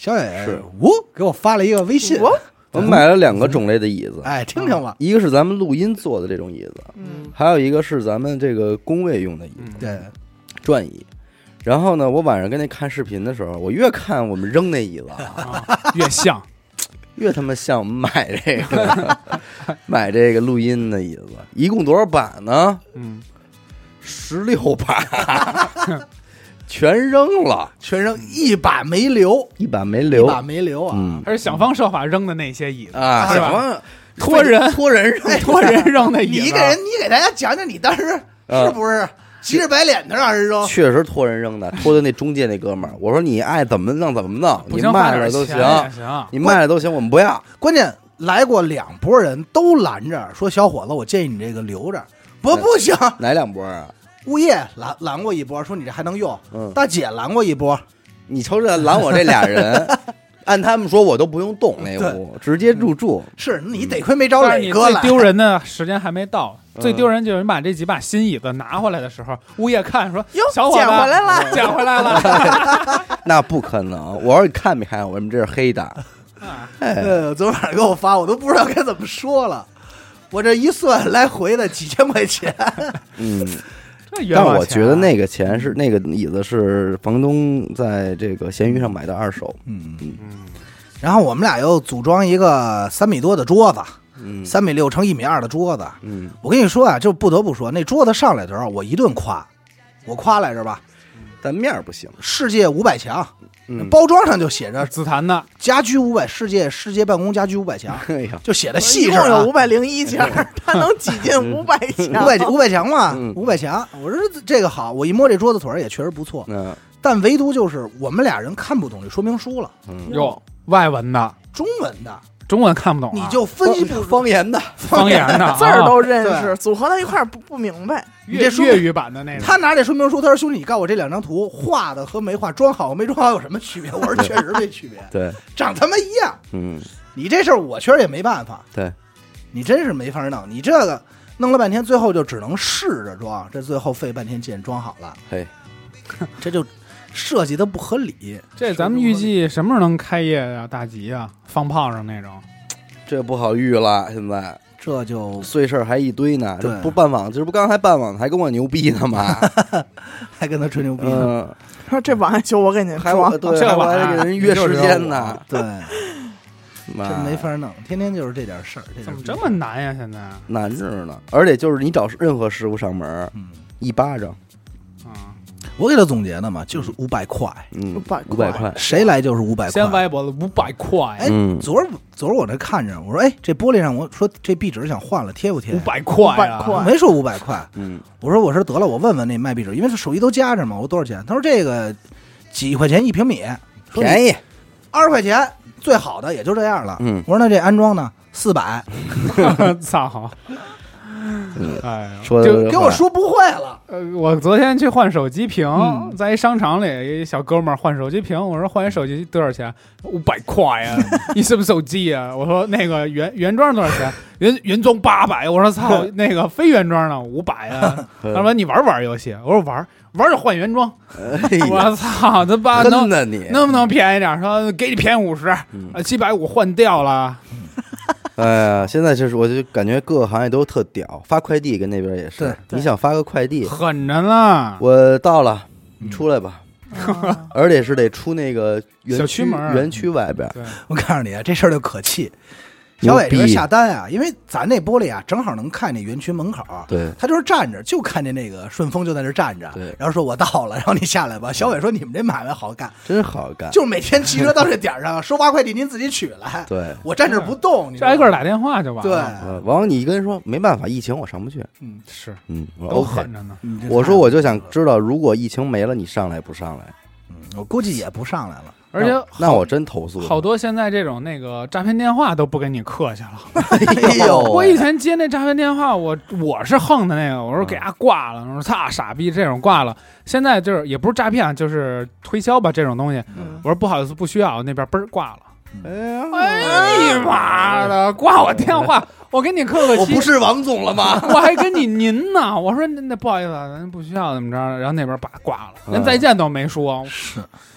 小野是呜给我发了一个微信， 我们买了两个种类的椅子， 哎，听听吧， 一个是咱们录音坐的这种椅子， 嗯， 还有一个是咱们这个工位用的椅子， 对， 转椅。然后呢，我晚上跟那看视频的时候，我越看我们扔那椅子， 啊、越像， 越他妈像我们买这个买这个录音的椅子。一共多少把呢？ 嗯， 十六把，全扔了， 全扔，一把没留， 一把没留， 一把没留啊！ 嗯还是想方设法扔的那些椅子啊， 是吧？托人托人扔， 托人扔的椅子。 你给人，你给大家讲讲，你当时是不是急着白脸的让人扔？ 确实托人扔的，托的那中介那哥们儿。我说你爱怎么弄怎么弄，你卖了都行， 行， 你卖了都行，我们不要。 关键来过两拨人都拦着说：“小伙子，我建议你这个留着。”不，不行。 哪两拨啊？ 物业拦拦过一波，说你这还能用。嗯，大姐拦过一波。 你瞅这拦我这俩人，按他们说我都不用动那屋，直接入住。 是你得亏没找磊哥来。 最丢人的时间还没到，最丢人就是你把这几把新椅子拿回来的时候，物业看说：“哟，小伙子， 捡回来了， 捡回来了。” 那不可能！我说你看没看？我们这是黑的。 呃，昨晚上给我发，我都不知道该怎么说了。我这一算来回的几千块钱， 嗯。但我觉得那个钱是那个椅子是房东在这个闲鱼上买的二手， 嗯嗯。然后我们俩又组装一个三米多的桌子， 嗯， 三米六乘一米二的桌子， 嗯。 我跟你说啊，就不得不说，那桌子上来的时候，我一顿夸，我夸来着吧， 但面不行， 世界五百强。 嗯， 包装上就写着紫檀的家居五百，世界世界办公家居五百强， 哎呀， 就写的细致、 啊，一共有五百零一家，它能挤进五百强， 五百五百强嘛，五百强。我说这个好，我一摸这桌子腿也确实不错， 嗯， 但唯独就是我们俩人看不懂这说明书了， 哟，外文的， 中文的。 中文看不懂、啊， 你就分析不方言的， 方言的字儿都认识，组合到一块儿不不明白。 粤粤语版的那个， 他拿这说明书，他说：“兄弟，你告诉我这两张图画的和没画，装好和没装好有什么区别？”我说：“确实没区别， 对， 长他妈一样。” 嗯， 你这事儿我确实也没办法， 对， 你真是没法弄。你这个弄了半天，最后就只能试着装，这最后费半天劲装好了， 嘿， 这就设计的不合理。 这咱们预计什么时候能开业呀？大吉啊，放炮上那种。 这不好预了，现在这就碎事儿还一堆呢。这不办网，这不刚才办网还跟我牛逼呢吗？ 还跟他吹牛逼呢。 嗯、 说这网还修我给您装， 对，这我还给人约时间呢。 对，这没法弄，天天就是这点事儿。 怎么这么难呀？现在难着呢，而且就是你找任何师傅上门，嗯，一巴掌。 我给他总结的嘛，就是五百块， 嗯， 五百块， 谁来就是五百块。 先歪脖子五百块， 哎，昨儿昨儿我这看着，我说，哎，这玻璃上我说这壁纸想换了，贴不贴？ 五百块啊， 没说五百块， 嗯， 我说我说得了，我问问那卖壁纸，因为他手机都夹着嘛，我说多少钱？他说这个几块钱一平米， 便宜， 二十块钱，最好的也就这样了。 嗯， 我说那这安装呢？四百， 操！ 嗯， 哎， 说就给我说不会了。 呃，我昨天去换手机屏， 嗯、 在一商场里，一小哥们儿换手机屏，我说换一手机多少钱？五百块呀！你什么手机呀？我说那个原原装多少钱？原原装八百。我说操，那个非原装的五百啊。他说你玩不玩游戏？我说玩，玩就换原装。 哎、 我操，他爸能你能不能便宜点？说给你便宜五十，嗯、七百五换掉了。 哎呀，现在就是我就感觉各个行业都特屌，发快递跟那边也是，你想发个快递， 狠着呢。 我到了，你出来吧，嗯、而且是得出那个园区门园区外边。 我告诉你，这事儿就可气。小伟这边下单啊，因为咱那玻璃啊，正好能看那园区门口。 对， 他就是站着，就看见那个顺丰就在那站着。 对， 然后说我到了，然后你下来吧。小伟说你们这买卖好干， 真好干， 就是每天骑车到这点上收发快递，您自己取来。 对， 我站这不动， 这挨个打电话就完了。 对， 完了你跟人说没办法，疫情我上不去。 嗯，是， 嗯， 都狠着呢。 我说我就想知道，如果疫情没了，你上来不上来？ 嗯，我估计也不上来了。 而且那我真投诉， 好多现在这种那个诈骗电话都不跟你客气了。 哎呦， 我以前接那诈骗电话，我我是横的那个，我说给他挂了，我说操傻逼这种挂了。现在就是也不是诈骗，就是推销吧这种东西。 嗯、 我说不好意思，不需要，那边嘣儿挂了。 哎呀， 哎呀妈的，挂我电话，我给你客客气。 我不是王总了吗？ 我还跟你您呢。我说那不好意思，咱不需要怎么着，然后那边把挂了，连再见都没说。 是。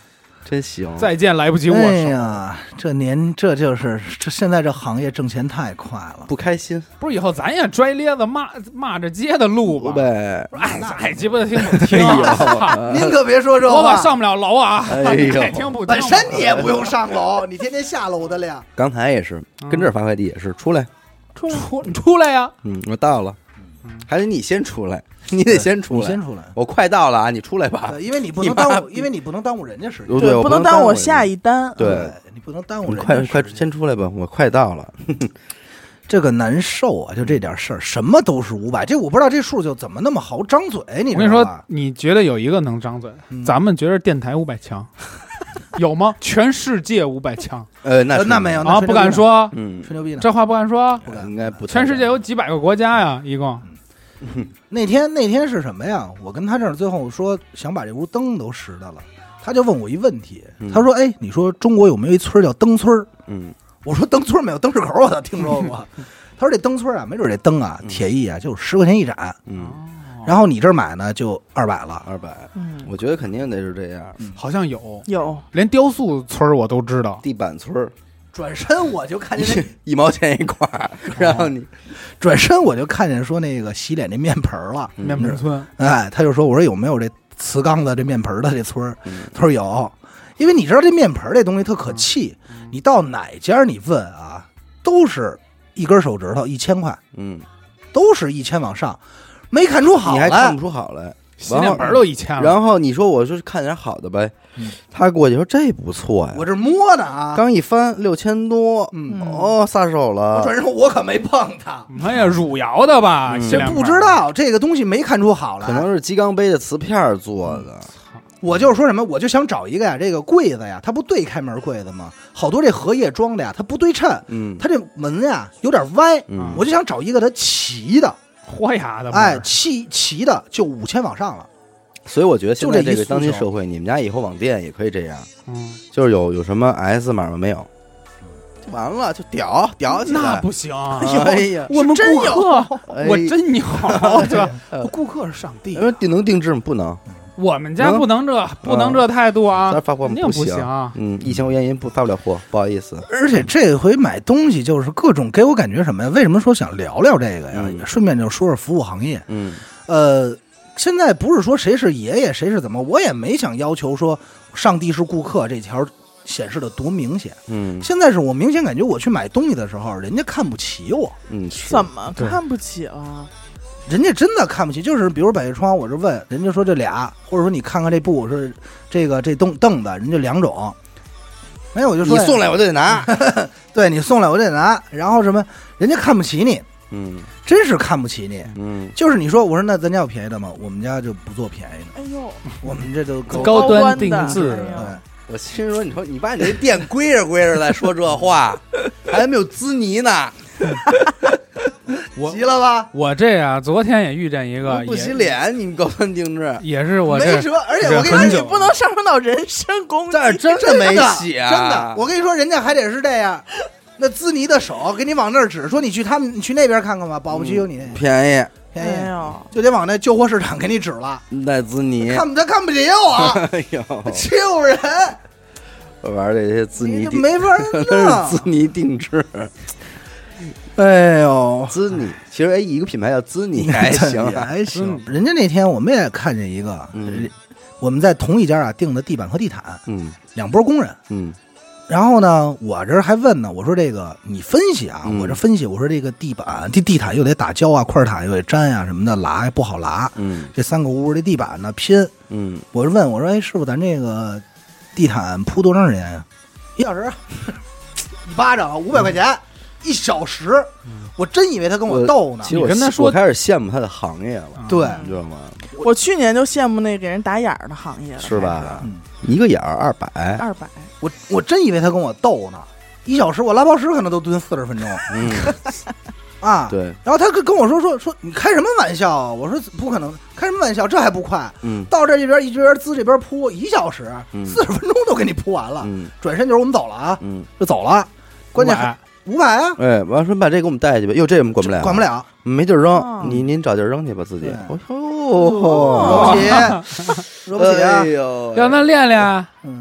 真行！ 再见来不及握手。哎呀，这年这就是这现在这行业挣钱太快了， 不开心。 不是以后咱也拽咧子骂骂着街的路吧？ 呗， 哎，爱鸡巴的听不听？ 您可别说这话， 我可上不了楼啊！ 哎呦， 爱听不听？ 本身你也不用上楼，你天天下楼的量。 刚才也是跟这儿发快递也是出来， 出出你出来呀！ 嗯，我到了，还得你先出来。你得先出来， 你先出来。 我快到了啊，你出来吧。 因为你不能耽误，因为你不能耽误人家时间。 对， 不能耽误我下一单。 对， 你不能耽误人家。 快快先出来吧，我快到了。 这个难受啊，就这点事儿，什么都是五百，这我不知道这数就怎么那么好张嘴。你我跟你说，你觉得有一个能张嘴，咱们觉得电台五百强。有吗？全世界五百强？ 呃，那那没有啊，不敢说。 嗯， 吹牛逼呢？ 这话不敢说。 不敢， 应该不。 全世界有几百个国家呀，一共。 那天那天是什么呀？我跟他这儿最后说想把这屋灯都拾的了，他就问我一问题，他说：“哎，你说中国有没有一村叫灯村？”嗯，我说灯村没有，灯市口我倒听说过。他说这灯村啊，没准这灯啊，铁艺啊，就十块钱一盏。嗯，然后你这儿买呢就二百了， 二百。嗯，我觉得肯定得是这样。 好像有有， 连雕塑村我都知道， 地板村。 转身我就看见一毛钱一块，然后你转身我就看见说那个洗脸那面盆了， 面盆村。 哎，他就说我说有没有这瓷缸的这面盆的这村？他说有，因为你知道这面盆这东西特可气，你到哪家你问啊，都是一根手指头一千块，嗯，都是一千往上，没看出好来， 你还看不出好来。 洗脸盆都一千了， 然后你说我就看点好的呗，嗯、他过去说这不错呀， 我这摸呢啊， 刚一翻六千多，嗯，哦，撒手了。 我转身我可没碰他， 哎呀，汝窑的吧？ 这、嗯、不知道这个东西没看出好来， 可能是鸡缸杯的瓷片做的。 嗯、我就是说什么，我就想找一个呀，这个柜子呀，它不对开门柜子吗？好多这荷叶装的呀，它不对称，嗯，它这门呀有点歪，嗯，我就想找一个它齐的。 豁牙的， 哎，齐齐的就五千往上了， 所以我觉得现在这个当今社会，你们家以后网店也可以这样，嗯，就是有有什么 S 码吗？没有，就完了，就屌屌起来， 那不行， 哎呀， 我们顾客，我真有，对吧？ 顾客是上帝， 因为定能定制吗？不能。 我们家不能这，不能这态度啊！ 咱发货肯定不行。 嗯，疫情原因不发不了货，不好意思。 而且这回买东西就是各种给我感觉什么呀？为什么说想聊聊这个呀？也顺便就说说服务行业。嗯，呃，现在不是说谁是爷爷谁是怎么，我也没想要求说上帝是顾客这条显示的多明显。嗯，现在是我明显感觉我去买东西的时候，人家看不起我。 嗯， 怎么看不起了？ 人家真的看不起，就是比如百叶窗，我这问人家说这俩，或者说你看看这布是这个这凳凳子，人家两种，没有我就说你送来我就得拿， 对你送来我就得拿，然后什么人家看不起你，嗯，真是看不起你，嗯，就是你说我说那咱家有便宜的吗？我们家就不做便宜的， 哎呦， 我们这都高端定制， 对。 我心说，你说你把你这店归着归着再说这话，还没有滋泥呢。 我急了吧？ 我这啊，昨天也遇见一个不洗脸，你们高端定制也是我没辙，而且我跟你说，你不能上升到人身攻击， 这真的没洗啊！ 真的，我跟你说，人家还得是这样，那滋泥的手给你往那儿指，说你去他们，你去那边看看吧，保不齐有你便宜。 便宜就得往那旧货市场给你指了， 那滋泥看他看不起我，哎呦，欺负人！ 我玩这些滋泥没法弄， 滋泥定制。 哎呦， 滋泥，其实哎，一个品牌叫滋泥还行， 还行。人家那天我们也看见一个，嗯，我们在同一家啊订的地板和地毯，嗯，两拨工人，嗯。然后呢，我这还问呢，我说这个你分析啊，嗯、我这分析，我说这个地板地地毯又得打胶啊，块毯又得粘啊什么的，拉不好拉，嗯，这三个屋这地板呢拼，嗯，我就问我说，哎，师傅，咱这个地毯铺多长时间呀、啊？一小时，一巴掌五百块钱，嗯、一小时，嗯、我真以为他跟我逗呢。 其实我跟他说， 我开始羡慕他的行业了， 对， 你知道吗？ 我去年就羡慕那给人打眼儿的行业了， 是吧？嗯、一个眼儿二百， 二百。 我我真以为他跟我逗呢，一小时我拉泡屎可能都蹲四十分钟，嗯，啊， 对。 然后他跟我说说说你开什么玩笑啊？我说不可能，开什么玩笑？这还不快？嗯，到这边一边滋这边铺一小时，四十分钟都给你铺完了，嗯，转身就是我们走了啊，嗯，就走了。关键还五百啊！ 哎，完说把这给我们带去吧。哟，这我们管不了， 管不了， 没地儿扔。你您找地儿扔去吧，自己。哦， 惹不起，惹不起啊！ 哎呦， 让他练练。嗯。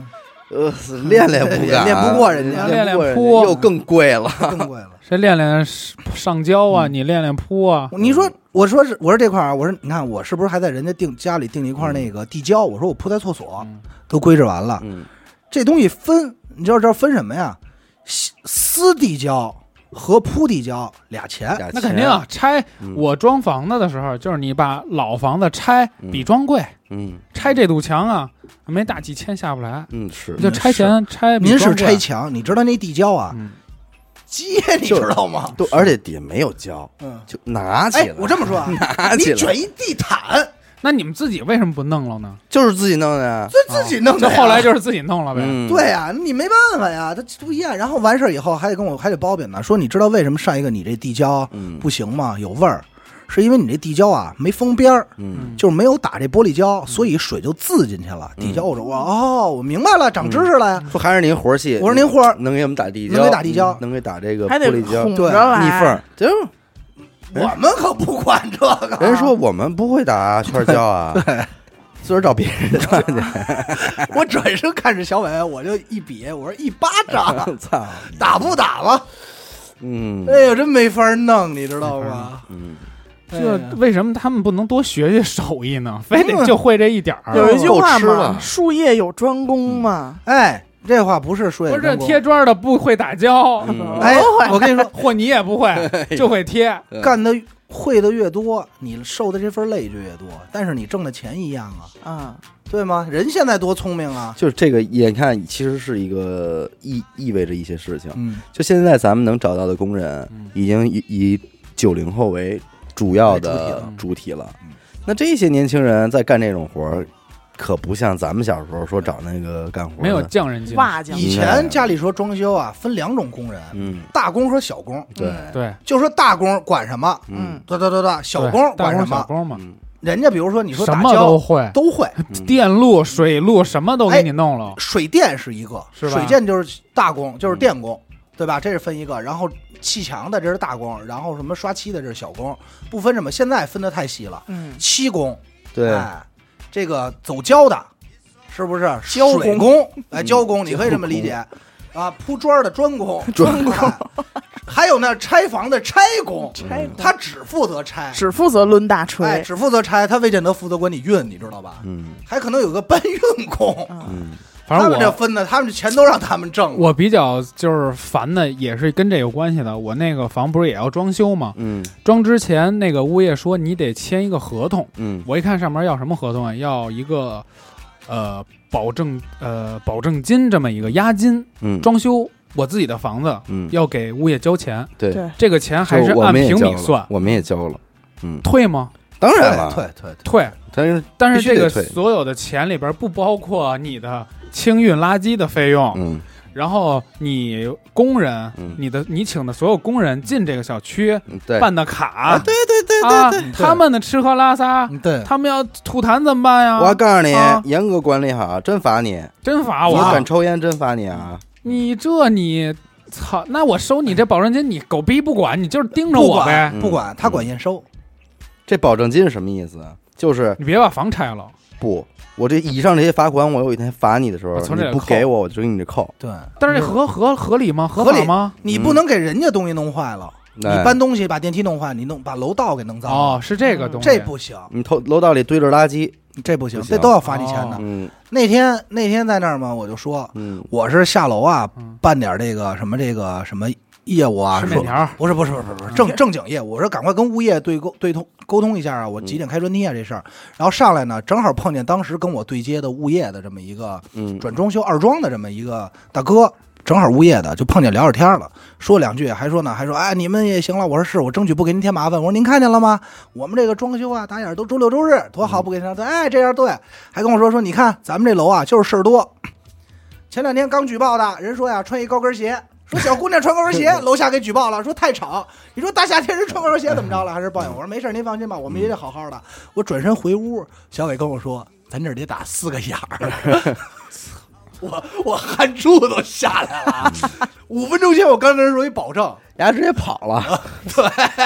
呃，练练不敢， 练不过人家， 练练扑又更贵了， 更贵了。 谁练练上交啊？你练练扑啊？ 你说，我说是，我说这块儿，我说你看，我是不是还在人家订家里订了一块那个地胶？我说我铺在厕所，都规制完了。这东西分，你知道知道分什么呀？撕地胶和铺地胶俩钱， 那肯定啊。拆我装房子的时候，就是你把老房子拆比装贵，嗯，拆这堵墙啊，没大几千下不来， 嗯是， 就拆钱拆。 您是拆墙，你知道那地胶啊？接你知道吗？ 都而且底下没有胶，嗯，就拿起来。 我这么说啊， 拿起来， 你卷一地毯。 那你们自己为什么不弄了呢？ 就是自己弄的呀， 自自己弄的。 就后来就是自己弄了呗。 嗯、 对呀、啊，你没办法呀，它不一样。然后完事儿以后还得跟我还得包庇呢，说你知道为什么上一个你这地胶不行吗？有味儿，是因为你这地胶啊没封边儿，嗯，就是没有打这玻璃胶，所以水就渍进去了。地胶我说我哦，我明白了，长知识了呀。 说还是您活细， 我说您活能给我们打地胶， 能给打地胶， 能给打这个玻璃胶， 对， 逆缝，就。 我们可不管这个。 人说我们不会打圈胶啊，自个儿找别人穿去。 我转身看着小伟，我就一比，我说一巴掌， 操， 打不打了？ 嗯， 哎呦，真没法弄，你知道吗？ 嗯， 这为什么他们不能多学学手艺呢？非得就会这一点儿？ 有一句话嘛，术业有专攻嘛。 哎。这话不是说， 不是贴砖的不会打胶， 嗯、 哎，我跟你说， 或你也不会，就会贴。 干的会的越多，你受的这份累就越多，但是你挣的钱一样啊，啊，对吗？人现在多聪明啊！ 就是这个，眼看其实是一个意意味着一些事情。嗯，就现在咱们能找到的工人，已经以以九零后为主要的主体了。嗯、那这些年轻人在干这种活儿。可不像咱们小时候说找那个干活， 没有匠人精神。 以前家里说装修啊，分两种工人，嗯，大工和小工。 对对， 就说大工管什么，嗯，对对对对，小工管什么， 小工嘛。 人家比如说你说什么都会， 都会， 电路、水路什么都给你弄了。 水电是一个， 是吧？ 水电就是大工，就是电工，对吧？这是分一个。然后砌墙的这是大工，然后什么刷漆的这是小工，不分什么。现在分得太细了，嗯，漆工， 对。 这个走胶的，是不是胶工？哎，胶工，你可以这么理解啊。铺砖的砖工， 砖工， 还有呢，拆房的拆工，拆他只负责拆， 只负责抡大锤， 哎，只负责拆，他未见得负责管你运，你知道吧？嗯，还可能有个搬运工，嗯。 反正我他们这分的，他们这钱都让他们挣。 我比较就是烦的，也是跟这有关系的。我那个房不是也要装修吗？嗯，装之前那个物业说你得签一个合同。嗯，我一看上面要什么合同啊？要一个呃保证呃保证金这么一个押金。嗯，装修我自己的房子，嗯，要给物业交钱。 对， 这个钱还是按平米算。 我们也交了。嗯， 退吗？ 当然了， 退退退。 但是但是这个所有的钱里边不包括你的清运垃圾的费用，嗯，然后你工人，嗯、你的你请的所有工人进这个小区， 对， 办的卡， 啊、对对对对对， 啊、他们的吃喝拉撒， 对， 他们要吐痰怎么办呀？ 我告诉你， 啊、 严格管理好，真罚你， 真罚我， 你敢抽烟真罚你啊！ 你这你操，那我收你这保证金，你狗逼不管，你就是盯着我呗， 不管他管验收。 这保证金是什么意思？就是你别把房拆了。 不，我这以上这些罚款，我有一天罚你的时候，你不给我，我就给你这扣。 对， 但是合合合理吗？合法吗？ 你不能给人家东西弄坏了，你搬东西把电梯弄坏，你弄把楼道给弄脏了。 哦，是这个东西， 这不行。 你头楼道里堆着垃圾， 这不行，这都要罚你钱的。嗯，那天那天在那儿嘛，我就说，嗯，我是下楼啊，办点这个什么这个什么。业务啊， 说不是不是不是不是正正经业务，我说赶快跟物业对沟对通沟通一下啊，我几点开专梯啊这事儿，然后上来呢，正好碰见当时跟我对接的物业的这么一个转装修二装的这么一个大哥，正好物业的就碰见聊着天了，说两句，还说呢，还说哎你们也行了，我说是我争取不给您添麻烦，我说您看见了吗？我们这个装修啊，打眼都周六周日多好，不给您对，哎这样对，还跟我说说你看咱们这楼啊就是事儿多，前两天刚举报的人说呀穿一高跟鞋。说小姑娘穿高跟鞋，楼下给举报了，说太吵。你说大夏天人穿高跟鞋怎么着了？还是抱怨？我说没事，您放心吧，我们也得好好的。我转身回屋，小伟跟我说：“咱这得打四个眼儿。”我我汗珠都下来了。五分钟前我刚跟人说一保证， 人家直接跑了。 对，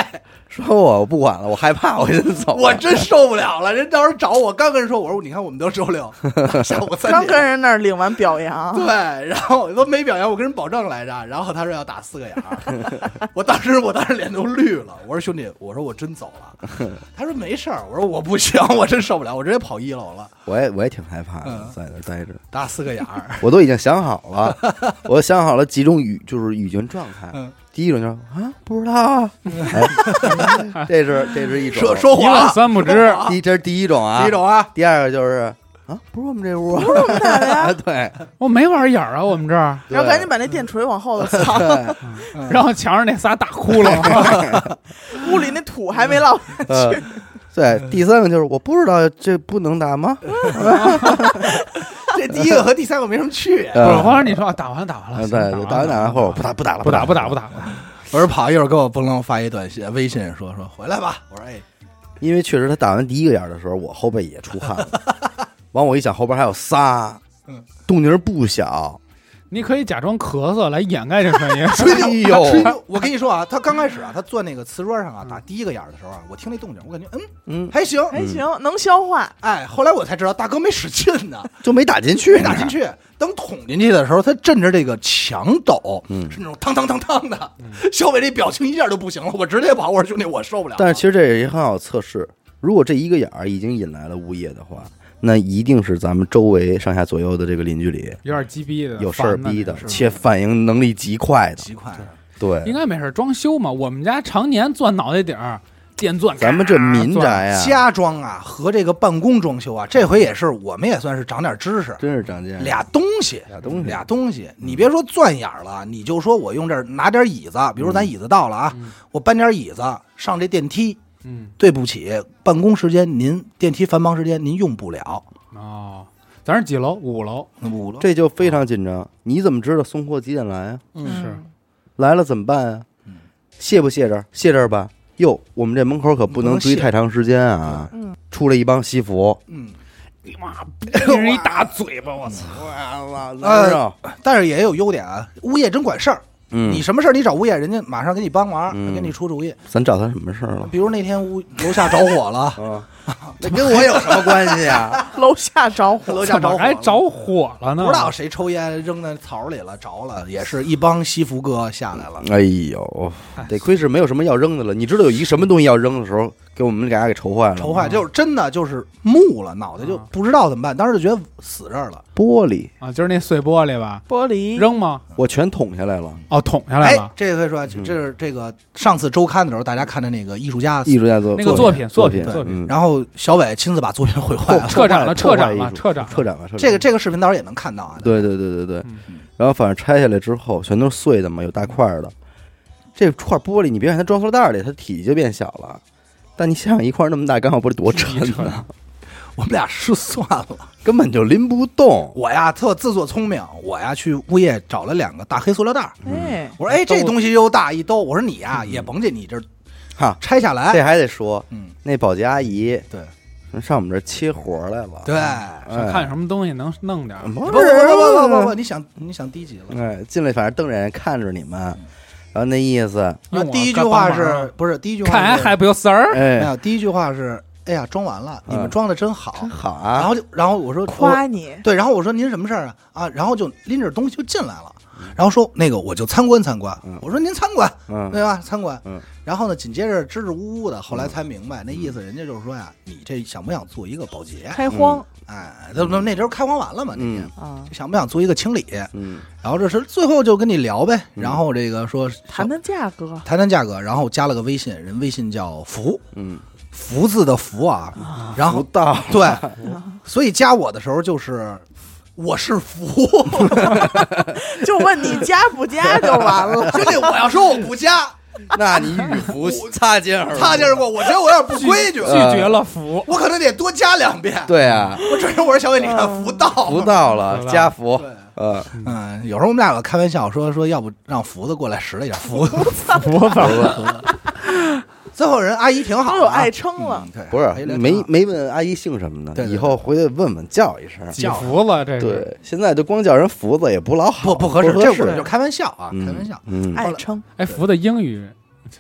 说我我不管了，我害怕，我真走。 我真受不了了，人到时候找我，刚跟人说，我说你看我们都周六下午三点， 刚跟人那儿领完表扬， 对，然后都没表扬，我跟人保证来着，然后他说要打四个眼儿，我当时我当时脸都绿了，我说兄弟，我说我真走了，他说没事儿，我说我不行，我真受不了，我直接跑一楼了。 我也我也挺害怕的，嗯、在那待着打四个眼儿， 我都已经想好了，我想好了几种语就是语境状态。 嗯第一种就是啊，不知道啊，哎、这是这是一种说说谎三不知， 第这是第一种啊， 第一种啊， 第二个就是啊，不是我们这屋， 不是我们家的呀， 对， 我没玩眼儿啊，我们这儿， 然后赶紧把那电锤往后头藏， 然后墙上那仨大窟窿， 屋里那土还没落下去。 呃对，第三个就是我不知道这不能打吗？ 这第一个和第三个没什么区别。 不是，或者你说打完了打完了， 对，打完打完后不打不打了， 不打不打不打。 我说跑一会儿给我不能发一短信微信说说回来吧。我说哎， 因为确实他打完第一个眼的时候，我后背也出汗了。完我一想后边还有仨，动静不小。 你可以假装咳嗽来掩盖这声音。 吹牛，吹牛！我跟你说啊，他刚开始啊，他坐那个瓷桌上啊，打第一个眼的时候啊，我听那动静，我感觉嗯嗯还行还行，能消化。 哎，后来我才知道大哥没使劲呢， 就没打进去， 没打进去。等捅进去的时候，他震着这个墙抖， 嗯， 是那种汤汤汤汤的。小伟这表情一下就不行了，我直接跑，我说兄弟，我受不了。 但是其实这也很好测试，如果这一个眼儿已经引来了物业的话。那一定是咱们周围上下左右的这个邻居里有点鸡逼的， 有事儿逼的，且反应能力极快的， 极快。 对， 应该没事。装修嘛，我们家常年钻脑袋顶儿，电钻。 咱们这民宅啊， 家装啊和这个办公装修啊，这回也是我们也算是长点知识， 真是长见识。 俩东西， 俩东西， 俩东西。你别说钻眼了，你就说我用这儿拿点椅子，比如咱椅子到了啊， 嗯、 我搬点椅子上这电梯。 嗯， 对不起，办公时间您电梯繁忙时间您用不了。 哦，咱是几楼？五楼， 五楼， 这就非常紧张。你怎么知道送货几点来啊？ 嗯，是来了怎么办啊？卸不卸这儿？卸这儿吧。哟，我们这门口可不能堆太长时间啊！ 嗯， 出来一帮西服， 嗯，你妈逼人一大嘴巴，我操！ 哇哇！ 但是也有优点啊，物业真管事儿。 嗯， 你什么事儿你找物业，人家马上给你帮忙，嗯、给你出主意。 咱找他什么事儿了？ 比如那天屋楼下着火了， 啊，那跟我有什么关系啊？ 楼下着火， 楼下着火， 还着火了呢？ 不知道谁抽烟扔在草里了，着了，也是一帮西服哥下来了。 哎呦，得亏是没有什么要扔的了。你知道有一什么东西要扔的时候，给我们俩给愁坏了， 愁坏就是真的就是木了，脑袋就不知道怎么办，当时就觉得死这儿了。 玻璃啊，就是那碎玻璃吧？ 玻璃扔吗？ 我全捅下来了。 哦，捅下来了。 哎，这个可以说，这是这个上次周刊的时候，大家看的那个艺术家， 艺术家作那个作品，作品，作品。 然后小伟亲自把作品毁坏了， 撤展了，撤展了，撤展， 撤展了。 这个这个视频到时候也能看到啊。 对对对对对。然后反正拆下来之后，全都是碎的嘛，有大块的。这块玻璃，你别看它装塑料袋里，它体积就变小了。但你想想，一块那么大钢化玻璃多沉啊！ 我们俩失算了， 根本就拎不动。 我呀特自作聪明，我呀去物业找了两个大黑塑料袋。 哎， 我说哎，这东西又大一兜。我说你呀也甭进你这， 哈， 拆下来。 这还得说， 嗯， 那保洁阿姨对上我们这儿切活来了。 对， 想看什么东西能弄点。 不不不不不不，你想你想低级了。 哎，进来反正瞪着眼看着你们。然后那意思， 第一句话是不是第一句话？ 看还不有丝儿？ 没有，第一句话是，哎呀，装完了，你们装的真好， 真好啊！ 然后就，然后我说夸你， 对，然后我说您什么事儿啊？啊，然后就拎着东西就进来了，然后说那个我就参观参观。我说您参观，对吧？参观。然后呢，紧接着支支吾吾的，后来才明白那意思，人家就是说呀，你这想不想做一个保洁？ 开荒。 哎，那那时候开荒完了嘛，那天啊，就想不想做一个清理？嗯，然后这是最后就跟你聊呗，然后这个说谈谈价格， 谈谈价格，然后加了个微信，人微信叫福，嗯，福字的福啊，然后到对，所以加我的时候就是我是福， 就问你加不加就完了。 兄弟，我要说我不加。 那你与福擦肩而擦肩而过，我觉得我有点不规矩， 拒绝了福， 我可能得多加两遍。 对啊， 我只是我说小伟，你看福到， 福到了，加福。嗯嗯，有时候我们俩有开玩笑说说，要不让福子过来拾了一下福， 福福。 最后人阿姨挺好， 都有爱称了。 不是没没问阿姨姓什么呢？以后回去问问叫一声， 叫福子。这对，现在就光叫人福子也不老好， 不不合适。这我就开玩笑啊，开玩笑。 嗯， 爱称。 哎，福的英语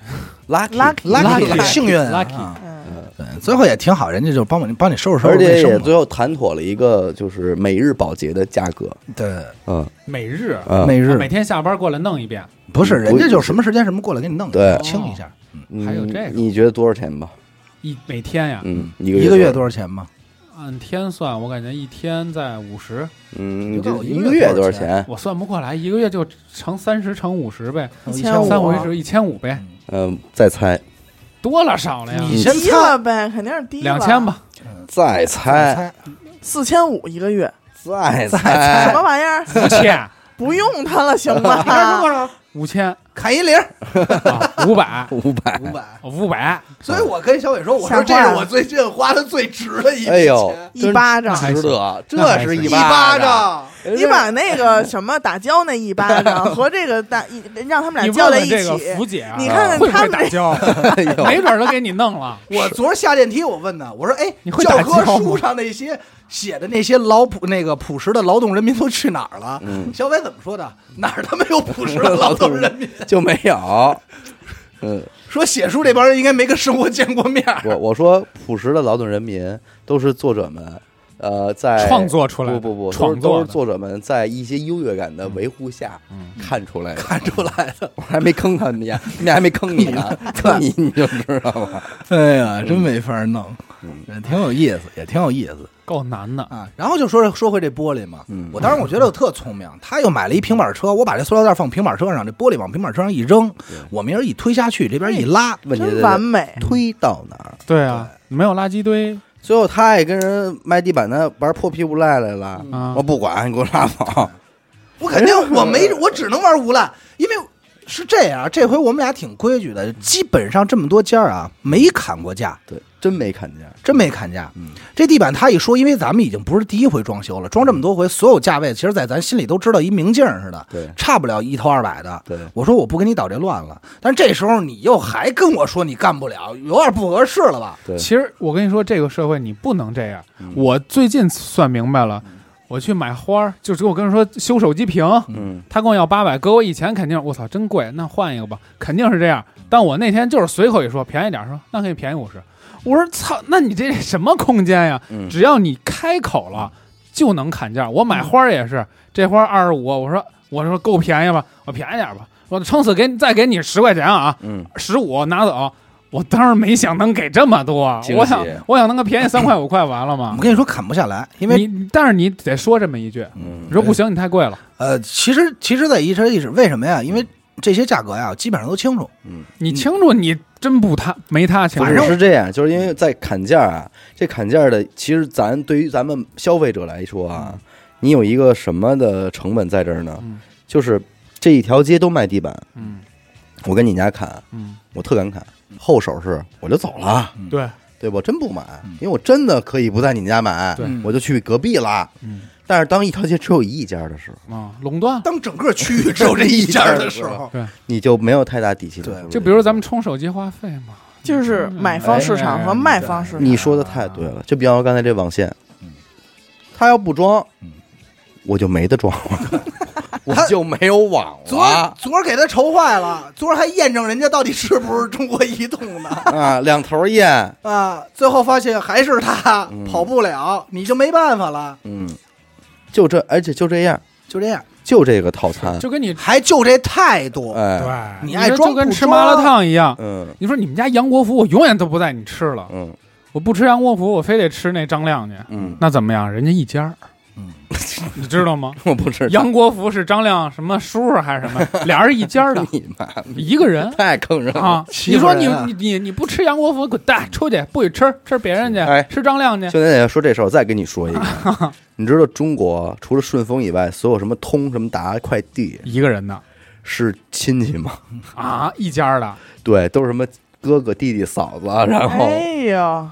，lucky lucky 幸运 lucky， 对，最后也挺好，人家就帮我帮你收拾收拾， 而且也最后谈妥了一个就是每日保洁的价格。 对， 嗯， 每日每日每天下班过来弄一遍， 不是人家就什么时间什么过来给你弄， 对， 清一下。 嗯， 还有这个， 你觉得多少钱吧？ 一每天呀， 嗯，一个一个月多少钱吧？ 按天算，我感觉一天在五十。 嗯，一个月多少钱？ 我算不过来，一个月就乘三十乘五十呗， 一千五， 三回是一千五呗。 嗯，再猜。 多了少了呀？ 你先猜呗，肯定是低了。 两千吧， 再猜四千五一个月， 再猜什么玩意儿？ 五千， 不用它了，行吧？ 五千， 砍一零， 五百， 五百， 五百， 五百。 所以我跟小伟说，我说这是我最近花的最值的一笔钱， 哎呦， 一巴掌， 值得，这是一巴掌。 你把那个什么打胶那一巴掌和这个打，让他们俩交在一起。 福姐啊， 你看看他们打胶，没准都给你弄了。 我昨儿下电梯，我问他，我说：“哎， 你会打教科书上那些写的那些劳朴那个朴实的劳动人民都去哪儿了？” 嗯， 小伟怎么说的？哪儿他妈有朴实的劳动人民？ 就没有。嗯， 说写书这帮人应该没跟生活见过面。 我我说朴实的劳动人民都是作者们。呃，在创作出来的， 不不不， 创作都是作者们在一些优越感的维护下看出来的， 看出来的。 我还没坑他们呀，你们还没坑你呢，坑你你就知道了。 哎呀，真没法弄，嗯，挺有意思，也挺有意思， 够难的啊。然后就说说回这玻璃嘛，嗯，我当时我觉得我特聪明，他又买了一平板车，我把这塑料袋放平板车上，这玻璃往平板车上一扔，我明儿一推下去，这边一拉， 真完美， 推到哪儿？ 对啊，没有垃圾堆。 最后他也跟人卖地板的玩破屁股赖来了，嗯、我不管，你给我拉倒。 我肯定我没，我只能玩无赖，因为是这样。这回我们俩挺规矩的，基本上这么多家啊，没砍过价。 对，真没砍价， 真没砍价。 嗯， 这地板他一说，因为咱们已经不是第一回装修了，装这么多回，所有价位其实在咱心里都知道一明镜似的， 对， 差不了一头二百的。 对， 我说我不跟你捣这乱了，但是这时候你又还跟我说你干不了，有点不合适了吧？ 对， 其实我跟你说，这个社会你不能这样。嗯、我最近算明白了。我去买花，就是我跟人说修手机屏，嗯，他跟我要八百，搁我以前肯定我操真贵，那换一个吧，肯定是这样。但我那天就是随口一说便宜点，说那可以便宜五十。我说操，那你这什么空间呀？嗯、只要你开口了就能砍价。我买花也是，这花二十五，我说我说够便宜吧，我便宜点吧，我撑死给你再给你十块钱啊，嗯，十五拿走。我当然没想能给这么多，我想我想弄个便宜三块五块完了吗？ 我跟你说砍不下来，因为你但是你得说这么一句，嗯、你说不行，你太贵了。 呃，其实其实在一车一是为什么呀？因为这些价格呀，基本上都清楚。 嗯，你清楚，你真不他没他清楚。 反正是这样，就是因为在砍价啊，这砍价的，其实咱对于咱们消费者来说啊，嗯、你有一个什么的成本在这儿呢？嗯、就是这一条街都卖地板，嗯，我跟你家砍，嗯，我特敢砍。后手是我就走了， 对对，我真不买，因为我真的可以不在你家买，我就去隔壁了。嗯，但是当一条街只有一家的时候啊，垄断， 当整个区域只有这一家的时候， 对， 你就没有太大底气。 对， 就比如咱们充手机话费嘛， 就是买方市场和卖方市场。 你说的太对了，就比方说刚才这网线，他要不装，我就没得装了。我就没有网了。 昨儿昨儿给他愁坏了，昨儿还验证人家到底是不是中国移动的啊，两头验啊，最后发现还是他、嗯、跑不了，你就没办法了。 嗯，就这，而且就这样， 就这样， 就这个套餐， 就跟你还就这态度， 哎， 对， 你爱装就跟吃麻辣烫一样。 嗯， 你说你们家杨国福，我永远都不带你吃了。 嗯， 我不吃杨国福，我非得吃那张亮去。 嗯， 那怎么样？人家一家。 嗯， 你知道吗？ 我不知道。 杨国福是张亮什么叔还是什么？俩人一家的， 你妈一个人太坑人了啊！你说你你你你不吃杨国福，滚蛋出去，不许吃，吃别人去， 哎、 吃张亮去。 现在说这事儿，我再跟你说一个，你知道中国除了顺丰以外，所有什么通什么达快递， 一个人的， 是亲戚吗？ 啊，一家的， 对，都是什么哥哥弟弟嫂子，然后哎呀。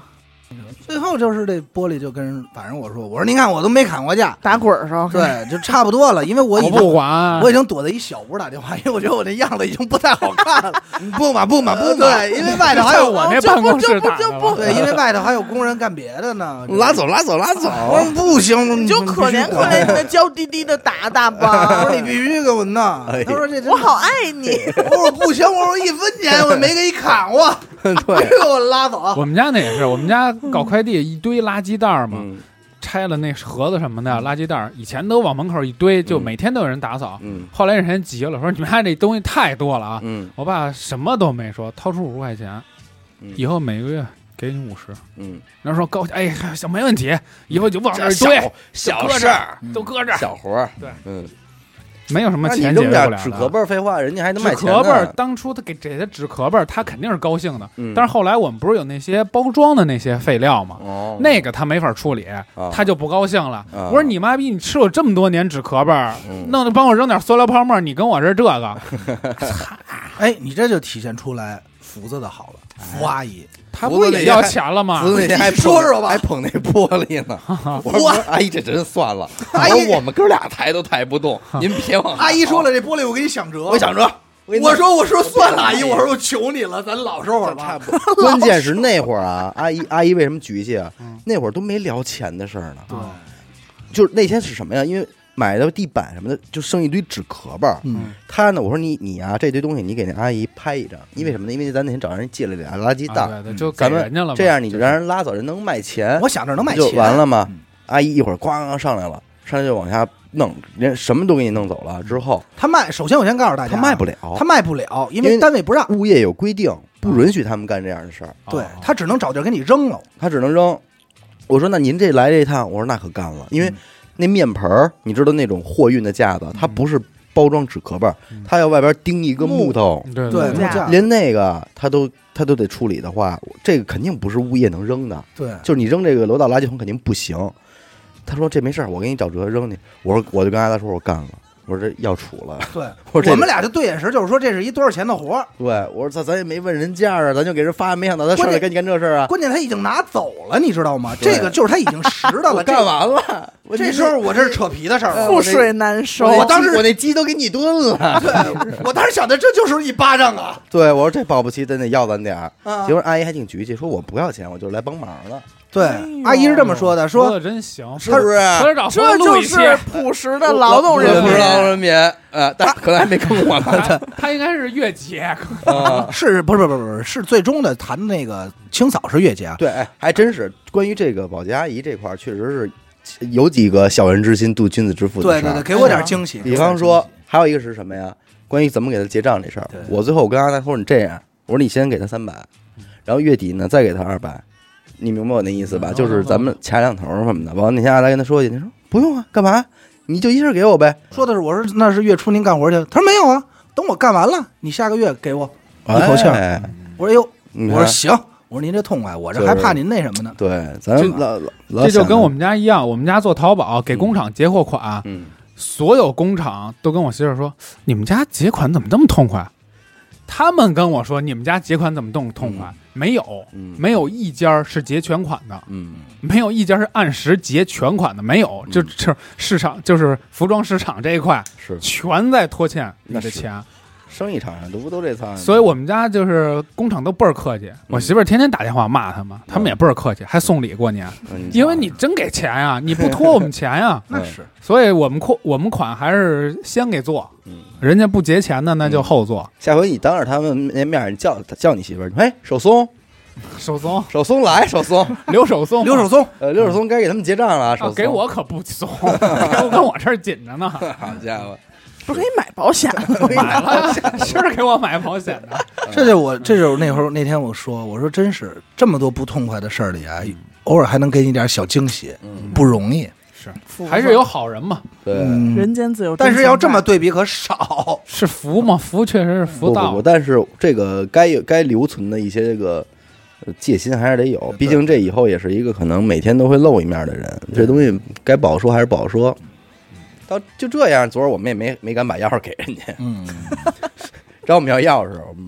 最后就是这玻璃就跟人，反正我说，我说您看我都没砍过价， 打滚上， 对，就差不多了，因为我已经不管， 我已经躲在一小屋打电话，因为我觉得我这样子已经不太好看了。 不嘛不嘛不嘛， 对，因为外头还有我那办公室打的， 对，因为外头还有工人干别的呢， 拉走拉走拉走， 我说不行， 你就可怜可怜你的娇滴滴的打打吧， 我说你必须给我弄，他说这我好爱你， 我说不行，我说一分钱我没给你砍过， 对， 给我拉走。 我们家那也是，我们家搞快递一堆垃圾袋嘛。拆了那盒子什么的垃圾袋，以前都往门口一堆，就每天都有人打扫。 嗯， 后来人家急了，说你们家这东西太多了啊！ 嗯， 我爸什么都没说，掏出五十块钱， 嗯、 以后每个月给你五十。 嗯， 然后说高，哎，行，没问题，以后就往这儿堆， 小事儿都搁这儿， 小活儿。 对， 嗯。 没有什么钱解决不了的。 纸壳辈儿废话，人家还能卖钱呢。纸壳辈儿当初他给这些纸壳辈儿，他肯定是高兴的。 嗯、 但是后来我们不是有那些包装的那些废料吗？ 哦， 那个他没法处理， 哦、 他就不高兴了。 哦、 我说你妈逼，你吃了这么多年纸壳辈儿， 嗯、 弄帮我扔点塑料泡沫，你跟我这这个， 哎，你这就体现出来福子的好了，福阿姨。 他不也要钱了吗？ 福子那天还说说吧， 还捧那玻璃呢。我说阿姨，这真算了。阿姨，我们哥俩抬都抬不动，您别往。 阿姨说了，这玻璃我给你想辙， 我想辙。 我说我说算了，阿姨，我说我求你了，咱老实会儿吧。 关键是那会儿啊，阿姨阿姨为什么举气啊？那会儿都没聊钱的事儿呢。 对， 就是那天是什么呀？因为买的地板什么的，就剩一堆纸壳儿。嗯，他呢，我说你你啊，这堆东西你给那阿姨拍一张，因为什么呢？因为咱那天找人借了俩垃圾袋， 啊、对对就给人家了。 这样你就让人拉走，人能卖钱。 我想着能卖钱就完了吗？嗯、阿姨一会儿咣上来了，上来就往下弄，人什么都给你弄走了。之后他卖，首先我先告诉大家， 他卖不了， 他卖不了，因为单位不让， 物业有规定，不允许他们干这样的事儿。 对他只能找地儿给你扔了， 他只能扔。我说那您这来这一趟，我说那可干了，因为。那面盆儿，你知道那种货运的架子，它不是包装纸壳儿，它要外边钉一个木头， 对对，木架， 连那个它都它都得处理的话，这个肯定不是物业能扔的。 对， 就是你扔这个楼道垃圾桶肯定不行。他说这没事儿，我给你找辙扔去。我说我就跟阿达说，我干了。我说这要处了。 对， 我我们俩就对眼神，就是说这是一多少钱的活儿。 对，我说咱咱也没问人价啊，咱就给人发，没想到他上来跟你干这事儿啊。 关键他已经拿走了，你知道吗？这个就是他已经拾到了， 干完了。 这时候我这是扯皮的事儿， 覆水难收。 我当时我那鸡都给你炖了。 对，我当时想的这就是一巴掌啊。 对，我说这保不齐真得要咱点儿。结果阿姨还挺局气，说我不要钱，我就是来帮忙的。 对，阿姨是这么说的，说的真行， 是不是？ 这就是朴实的劳动人民， 朴实劳动人民。呃，但可能还没跟我们，他应该是月结， 是不是不是不是是最终的谈那个清扫是月结啊？ 对，哎，还真是关于这个保洁阿姨这块，确实是有几个小人之心度君子之腹的事儿。 对对对，给我点惊喜。 比方说，还有一个是什么呀？关于怎么给他结账这事儿，我最后我跟阿达说，你这样，我说你先给他三百，然后月底呢再给他二百。你明白我那意思吧？就是咱们掐两头什么的。完了那天阿达跟他说去，他说不用啊，干嘛？你就一事给我呗。 说的是我说那是月初您干活去，他说没有啊，等我干完了，你下个月给我一口气。哎、我说哟，我说行，我说您这痛快，我这还怕您那什么呢？ 就是、对，咱老老这就跟我们家一样，我们家做淘宝给工厂结货款， 嗯， 所有工厂都跟我媳妇说，你们家结款怎么这么痛快？他们跟我说，你们家结款怎么这么痛快？嗯、没有、嗯，没有一家是结全款的， 嗯， 没有一家是按时结全款的，没有，就就市场就是服装市场这一块是全在拖欠你的钱。 生意场上都不都这操？ 所以我们家就是工厂都倍儿客气，嗯、我媳妇儿天天打电话骂他们，他们也倍儿客气，还送礼过年，嗯、因为你真给钱呀，你不拖我们钱呀， 那是。 所以我们款我们款还是先给做， 嗯、 人家不结钱的那就后做。 嗯、下回你当着他们那面，你叫叫你媳妇儿，哎，手松。 手松， 手松来，手松， 刘手松， 刘手松， 呃，刘手松该给他们结账了，手松、 啊、给我可不松，跟跟我这儿紧着呢。 好家伙， 不是给你买保险了？买了，是给我买保险的。 这就我，这就是那会儿那天我说，我说真是这么多不痛快的事儿里啊，偶尔还能给你点小惊喜， 嗯、 不容易。 是，还是有好人嘛？ 对， 嗯、人间自有。 但是要这么对比可少， 是福嘛？福确实是福到。 不不不，但是这个该该留存的一些这个。戒心还是得有，毕竟这以后也是一个可能每天都会露一面的人，这东西该不好说还是不好说。到就这样，昨儿我们也没没敢把钥匙给人家， 嗯， 找我们要钥匙， 嗯，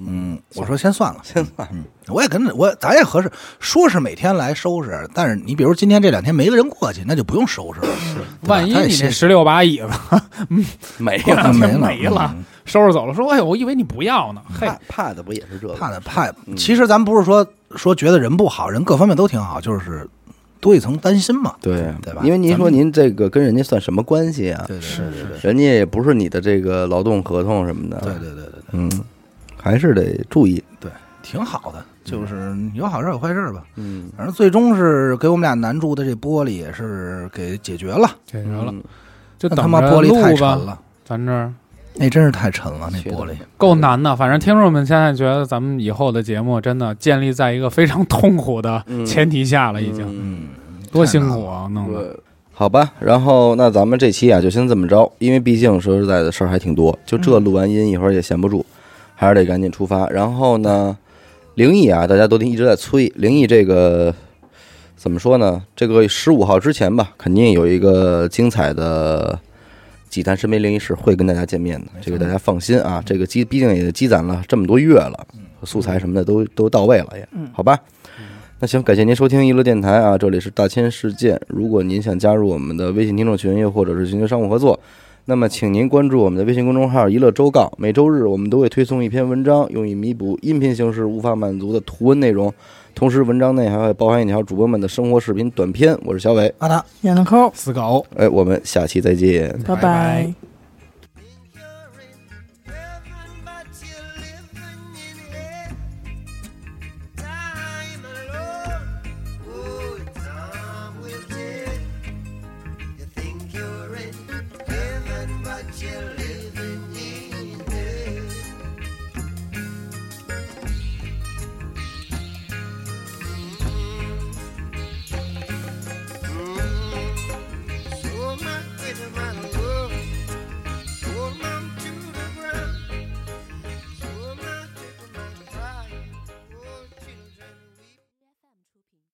我说先算了， 先算了。 嗯，我也跟着我，咱也合适，说是每天来收拾，但是你比如今天这两天没个人过去，那就不用收拾了。是， 万一你这十六把椅子没了没了没了，收拾走了，说哎，我以为你不要呢。嘿， 怕的不也是这个？ 怕的怕，其实咱不是说说觉得人不好，人各方面都挺好，就是多一层担心嘛。 对对吧？ 因为您说您这个跟人家算什么关系啊？ 对对是是是，人家也不是你的这个劳动合同什么的。 对对对对对， 嗯，还是得注意。 对，挺好的，就是有好事有坏事吧。 嗯， 反正最终是给我们俩难住的这玻璃也是给解决了， 解决了，就他妈玻璃太沉了， 咱这儿。 那真是太沉了，那玻璃够难的。反正听众们现在觉得咱们以后的节目真的建立在一个非常痛苦的前提下了，已经， 嗯， 多辛苦啊，弄的。 好吧，然后那咱们这期啊就先这么着，因为毕竟说实在的事儿还挺多，就这录完音一会儿也闲不住，还是得赶紧出发。然后呢，灵异啊，大家都一直在催灵异这个。怎么说呢？这个十五号之前吧，肯定有一个精彩的济南身边灵异事会跟大家见面的，这个大家放心啊。这个积毕竟也积攒了这么多月了，素材什么的都都到位了也，好吧。那行，感谢您收听娱乐电台啊，这里是大千世界。如果您想加入我们的微信听众群，又或者是寻求商务合作，那么请您关注我们的微信公众号“娱乐周告”，每周日我们都会推送一篇文章，用以弥补音频形式无法满足的图文内容。同时，文章内还会包含一条主播们的生活视频短片。我是小伟， 阿达， 闫德抠， 死狗。 哎，我们下期再见， 拜拜。